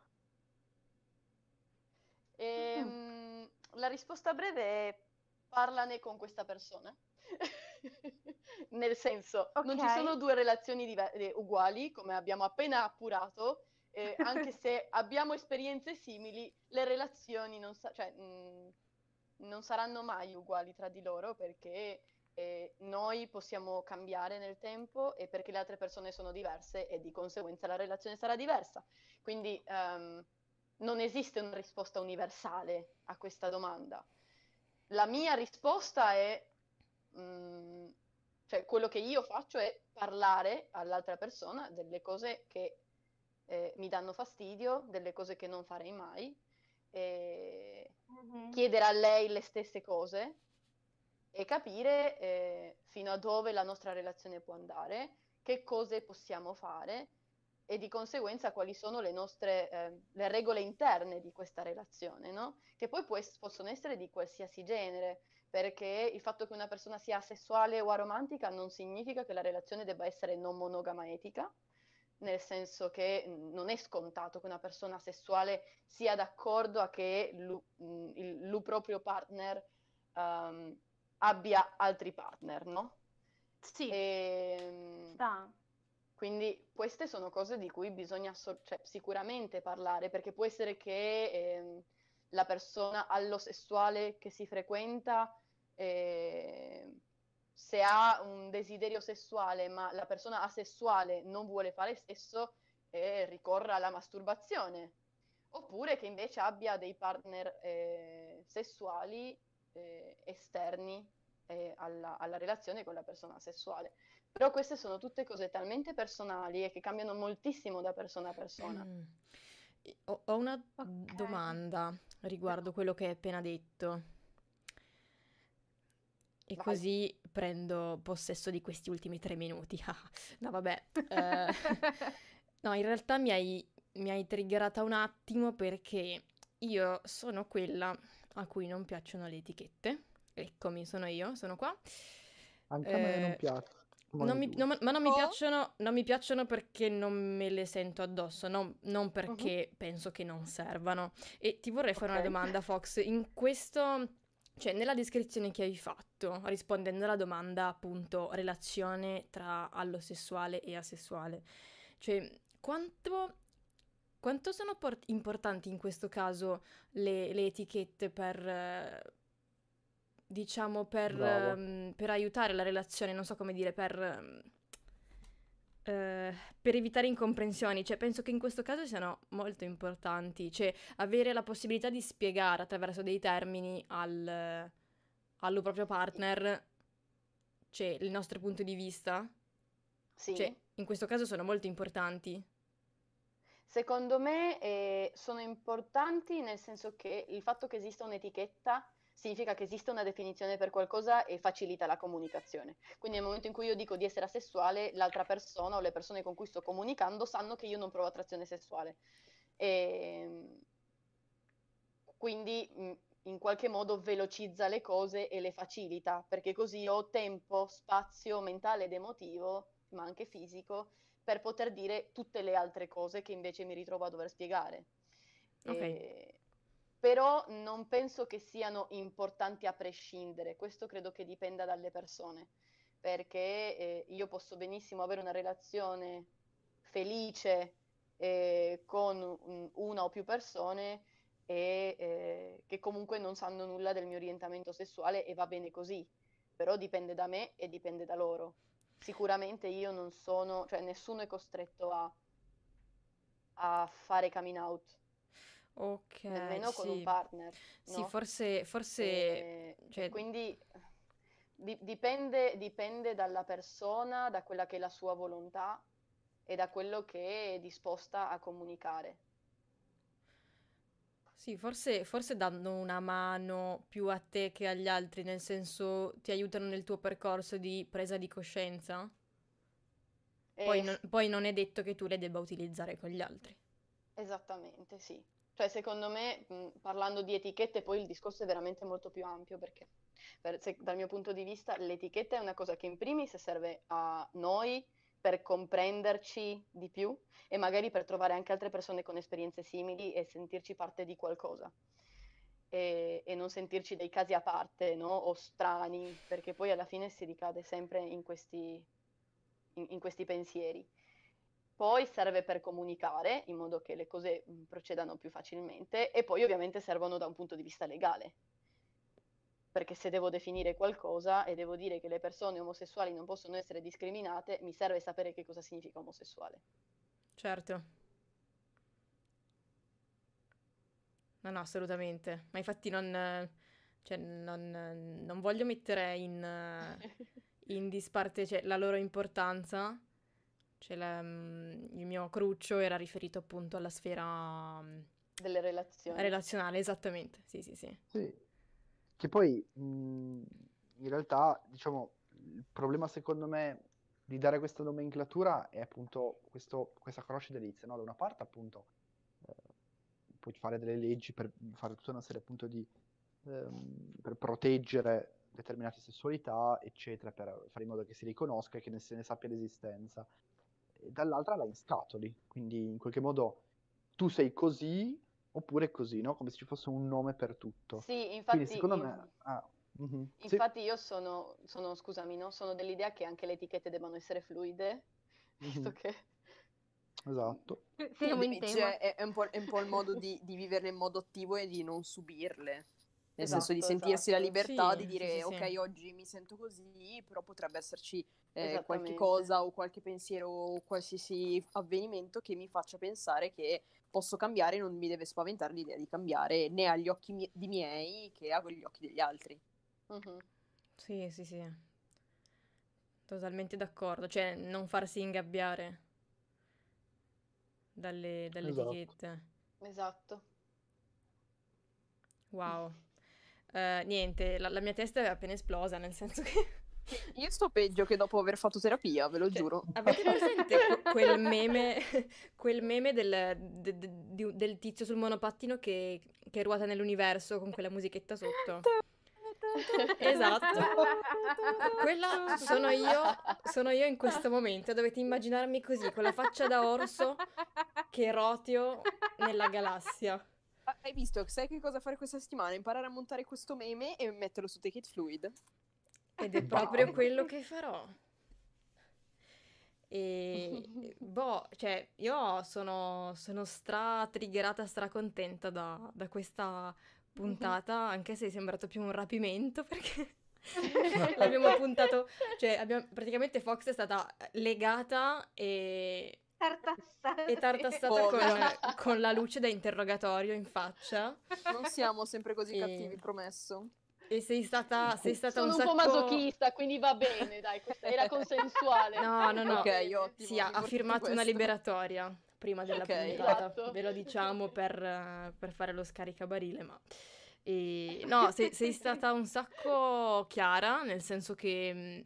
La risposta breve è parlane con questa persona. Nel senso, non ci ok. sono due relazioni uguali, come abbiamo appena appurato, anche se abbiamo esperienze simili, le relazioni non saranno mai uguali tra di loro perché noi possiamo cambiare nel tempo e perché le altre persone sono diverse e di conseguenza la relazione sarà diversa. Quindi non esiste una risposta universale a questa domanda. La mia risposta è, cioè quello che io faccio è parlare all'altra persona delle cose che mi danno fastidio, delle cose che non farei mai, e chiedere a lei le stesse cose e capire fino a dove la nostra relazione può andare, che cose possiamo fare e di conseguenza quali sono le nostre le regole interne di questa relazione, no? Che poi possono essere di qualsiasi genere, perché il fatto che una persona sia asessuale o aromantica non significa che la relazione debba essere non monogama etica, nel senso che non è scontato che una persona sessuale sia d'accordo a che il proprio partner abbia altri partner, no? Sì, E, sta. quindi queste sono cose di cui bisogna cioè, sicuramente parlare, perché può essere che la persona allosessuale che si frequenta, se ha un desiderio sessuale, ma la persona asessuale non vuole fare sesso, ricorra alla masturbazione. Oppure che invece abbia dei partner sessuali esterni alla relazione con la persona sessuale. Però queste sono tutte cose talmente personali e che cambiano moltissimo da persona a persona. Ho una Ok. domanda riguardo quello che hai appena detto. E Vai. così prendo possesso di questi ultimi 3 minuti. No, vabbè. No, in realtà mi hai triggerata un attimo perché io sono quella a cui non piacciono le etichette. Eccomi, sono io, sono qua. Anche a me non Eh, piace. ma non mi Oh. non mi piacciono perché non me le sento addosso, non perché penso che non servano. E ti vorrei fare una Ok. domanda, Fox. In questo, cioè nella descrizione che hai fatto, rispondendo alla domanda appunto relazione tra allosessuale e asessuale, cioè quanto sono importanti in questo caso le etichette diciamo, Bravo. per aiutare la relazione, non so come dire, per evitare incomprensioni. Cioè, penso che in questo caso siano molto importanti. Cioè, avere la possibilità di spiegare attraverso dei termini allo proprio partner, cioè, il nostro punto di vista. Cioè, Sì. in questo caso sono molto importanti. Secondo me sono importanti nel senso che il fatto che esista un'etichetta significa che esiste una definizione per qualcosa e facilita la comunicazione. Quindi nel momento in cui io dico di essere asessuale, l'altra persona o le persone con cui sto comunicando sanno che io non provo attrazione sessuale. E quindi in qualche modo velocizza le cose e le facilita, perché così ho tempo, spazio mentale ed emotivo, ma anche fisico, per poter dire tutte le altre cose che invece mi ritrovo a dover spiegare. Ok. Però non penso che siano importanti a prescindere, questo credo che dipenda dalle persone, perché io posso benissimo avere una relazione felice con una o più persone e che comunque non sanno nulla del mio orientamento sessuale e va bene così, però dipende da me e dipende da loro. Sicuramente io non sono, cioè nessuno è costretto a fare coming out, Ok, nemmeno con un sì. partner, Sì, no? forse, E cioè, quindi dipende dalla persona, da quella che è la sua volontà e da quello che è disposta a comunicare. sì, forse danno una mano più a te che agli altri, nel senso ti aiutano nel tuo percorso di presa di coscienza. E Poi non è detto che tu le debba utilizzare con gli altri. esattamente, sì. Cioè, secondo me, parlando di etichette, poi il discorso è veramente molto più ampio perché, dal mio punto di vista, l'etichetta è una cosa che in primis serve a noi per comprenderci di più e magari per trovare anche altre persone con esperienze simili e sentirci parte di qualcosa. E non sentirci dei casi a parte, no? O strani, perché poi alla fine si ricade sempre in questi pensieri. Poi serve per comunicare in modo che le cose procedano più facilmente e poi ovviamente servono da un punto di vista legale, perché se devo definire qualcosa e devo dire che le persone omosessuali non possono essere discriminate, mi serve sapere che cosa significa omosessuale. Certo. No, no, assolutamente. Ma infatti non voglio mettere in disparte, cioè, la loro importanza. Cioè, il mio cruccio era riferito appunto alla sfera Delle relazioni. relazionale, esattamente. Sì, sì, sì. Sì. Che poi in realtà, diciamo, il problema secondo me di dare questa nomenclatura è appunto questa croce delizia, no? Da una parte appunto eh, puoi fare delle leggi per fare tutta una serie appunto di per proteggere determinate sessualità, eccetera, per fare in modo che si riconosca e che se ne sappia l'esistenza. E dall'altra la inscatoli, quindi in qualche modo tu sei così oppure così, no? Come se ci fosse un nome per tutto. Sì, Quindi infatti, secondo me... sì, infatti io scusami, no? Sono dell'idea che anche le etichette debbano essere fluide, visto mhm, che... esatto. Siamo in tema. È un po' il modo di viverle in modo attivo e di non subirle. Nel senso di Esatto, sentirsi la esatto. libertà Sì, di sì, dire sì, ok, sì. oggi mi sento così, però potrebbe esserci qualche Esattamente. cosa o qualche pensiero o qualsiasi avvenimento che mi faccia pensare che posso cambiare e non mi deve spaventare l'idea di cambiare né agli occhi di miei che agli occhi degli altri. Mhm. Sì, sì, sì. Totalmente d'accordo. Cioè, non farsi ingabbiare dalle Esatto. etichette. Esatto. Wow. Niente, la mia testa è appena esplosa, nel senso che... Io sto peggio che dopo aver fatto terapia, ve lo Cioè, giuro. avete presente quel meme del tizio sul monopattino che ruota nell'universo con quella musichetta sotto? Esatto. Quella sono io in questo momento. Dovete immaginarmi così, con la faccia da orso che rotio nella galassia. Hai visto? Sai che cosa fare questa settimana? Imparare a montare questo meme e metterlo su Take It Fluid. Ed è proprio quello che farò. E boh, cioè, io sono stra-triggerata, stra-contenta da questa puntata, anche se è sembrato più un rapimento, perché l'abbiamo puntato, cioè, praticamente Fox è stata legata e Tartassata. tartassata Povera. con la luce da interrogatorio in faccia. Non siamo sempre così E- cattivi, promesso. E sei stata Sono un un po' sacco... masochista, quindi va bene, dai, questa era consensuale. No, no, no. Va Ok, bene. ottimo. Sì, ha importante firmato una questo. liberatoria prima della Ok. puntata. Esatto. Ve lo diciamo per fare lo scaricabarile, ma... no, sei stata un sacco chiara, nel senso che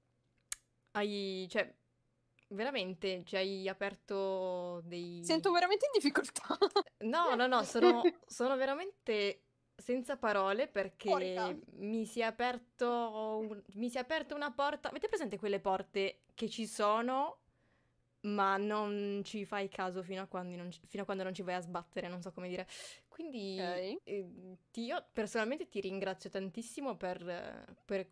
cioè, veramente ci hai aperto dei... Sento veramente in difficoltà. No, no, no, sono veramente senza parole perché Porca. mi si è aperta una porta. Avete presente quelle porte che ci sono, ma non ci fai caso fino a quando non ci vai a sbattere, non so come dire. Quindi Ok. io personalmente ti ringrazio tantissimo per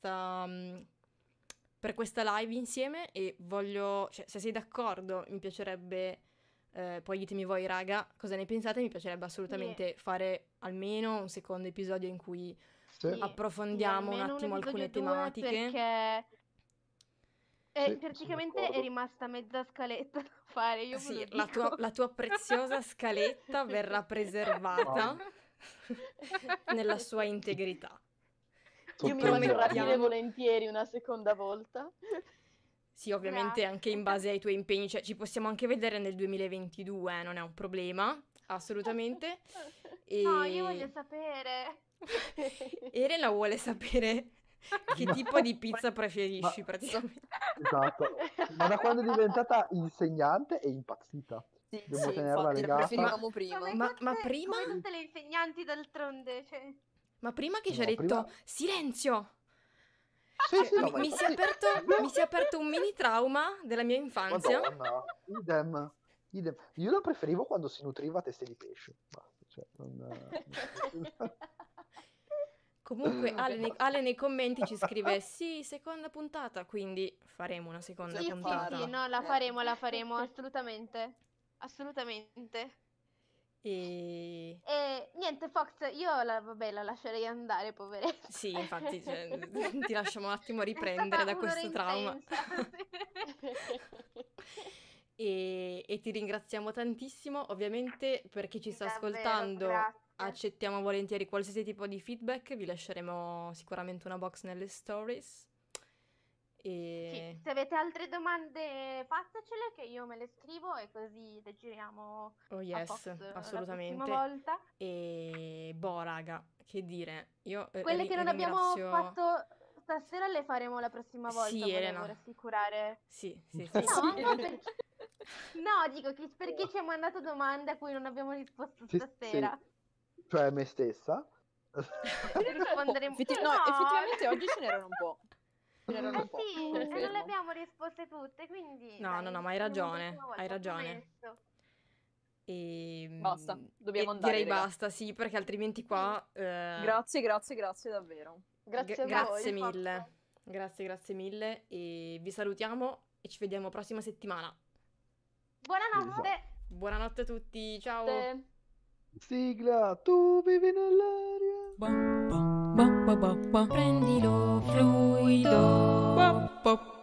questa live insieme e voglio, cioè, se sei d'accordo, mi piacerebbe, poi ditemi voi raga, cosa ne pensate, mi piacerebbe assolutamente fare almeno un secondo episodio in cui Sì. approfondiamo un almeno attimo episodio alcune 2 tematiche. perché Sì, praticamente sono è d'accordo. rimasta mezza scaletta da fare, io ve Sì, lo dico. la tua preziosa scaletta verrà preservata nella sua integrità. Io mi Sottolineo. vorrei dire Promettiamo. volentieri una seconda volta. Sì, ovviamente anche in base ai tuoi impegni, cioè ci possiamo anche vedere nel 2022, non è un problema, assolutamente. No, io E voglio sapere. Elena vuole sapere che No. tipo di pizza preferisci, Ma- praticamente. Esatto. Ma da quando è diventata insegnante è impazzita. Sì, Devo sì, tenerla infatti, la legata. preferivamo prima. Ma prima? Come tutte le insegnanti d'altronde, cioè. Ma prima che ci ha No, prima... detto silenzio! Sì, Cioè, sì, no, ma mi si è infatti... mi si è aperto un mini trauma della mia infanzia. Madonna, idem. Io la preferivo quando si nutriva a teste di pesce. Basta, cioè, Comunque Basta. Ale nei commenti ci scrive sì, seconda puntata, quindi faremo una seconda Bisogna Sì, puntata. no, la faremo, assolutamente. Assolutamente. E E niente, Fox, io vabbè, la lascerei andare, poveretta. sì, infatti, cioè, ti lasciamo un attimo È riprendere stata da un'ora questo trauma. intensa. E ti ringraziamo tantissimo. Ovviamente, per chi ci sta Davvero, ascoltando, grazie. accettiamo volentieri qualsiasi tipo di feedback. Vi lasceremo sicuramente una box nelle stories. Sì, E se avete altre domande fatecele che io me le scrivo e così le giriamo oh a yes, Fox la prossima assolutamente. volta. E boh, raga, che dire? Io Quelle che non abbiamo ringrazio. fatto stasera le faremo la prossima volta, Sì, volevo Elena. rassicurare. Sì, sì, sì. No, Sì, anche Elena. perché... No, dico che perché ci ha mandato domande a cui non abbiamo risposto Sì, stasera. cioè me stessa. Risponderemo... No, effettivamente oggi ce n'erano un po'. Ce n'erano un po', sì, e non le confermo. abbiamo risposte tutte, quindi No, dai, no, no, ma hai rispondiamo la ragione, prossima volta, hai ragione. promesso. E Basta, dobbiamo andare, direi raga. basta, sì, perché altrimenti qua Grazie davvero. Grazie a grazie voi. mille. Grazie mille e vi salutiamo e ci vediamo prossima settimana. Buonanotte! Buonanotte a tutti, ciao. Te- Sigla, tu vivi nell'aria. Prendilo fluido.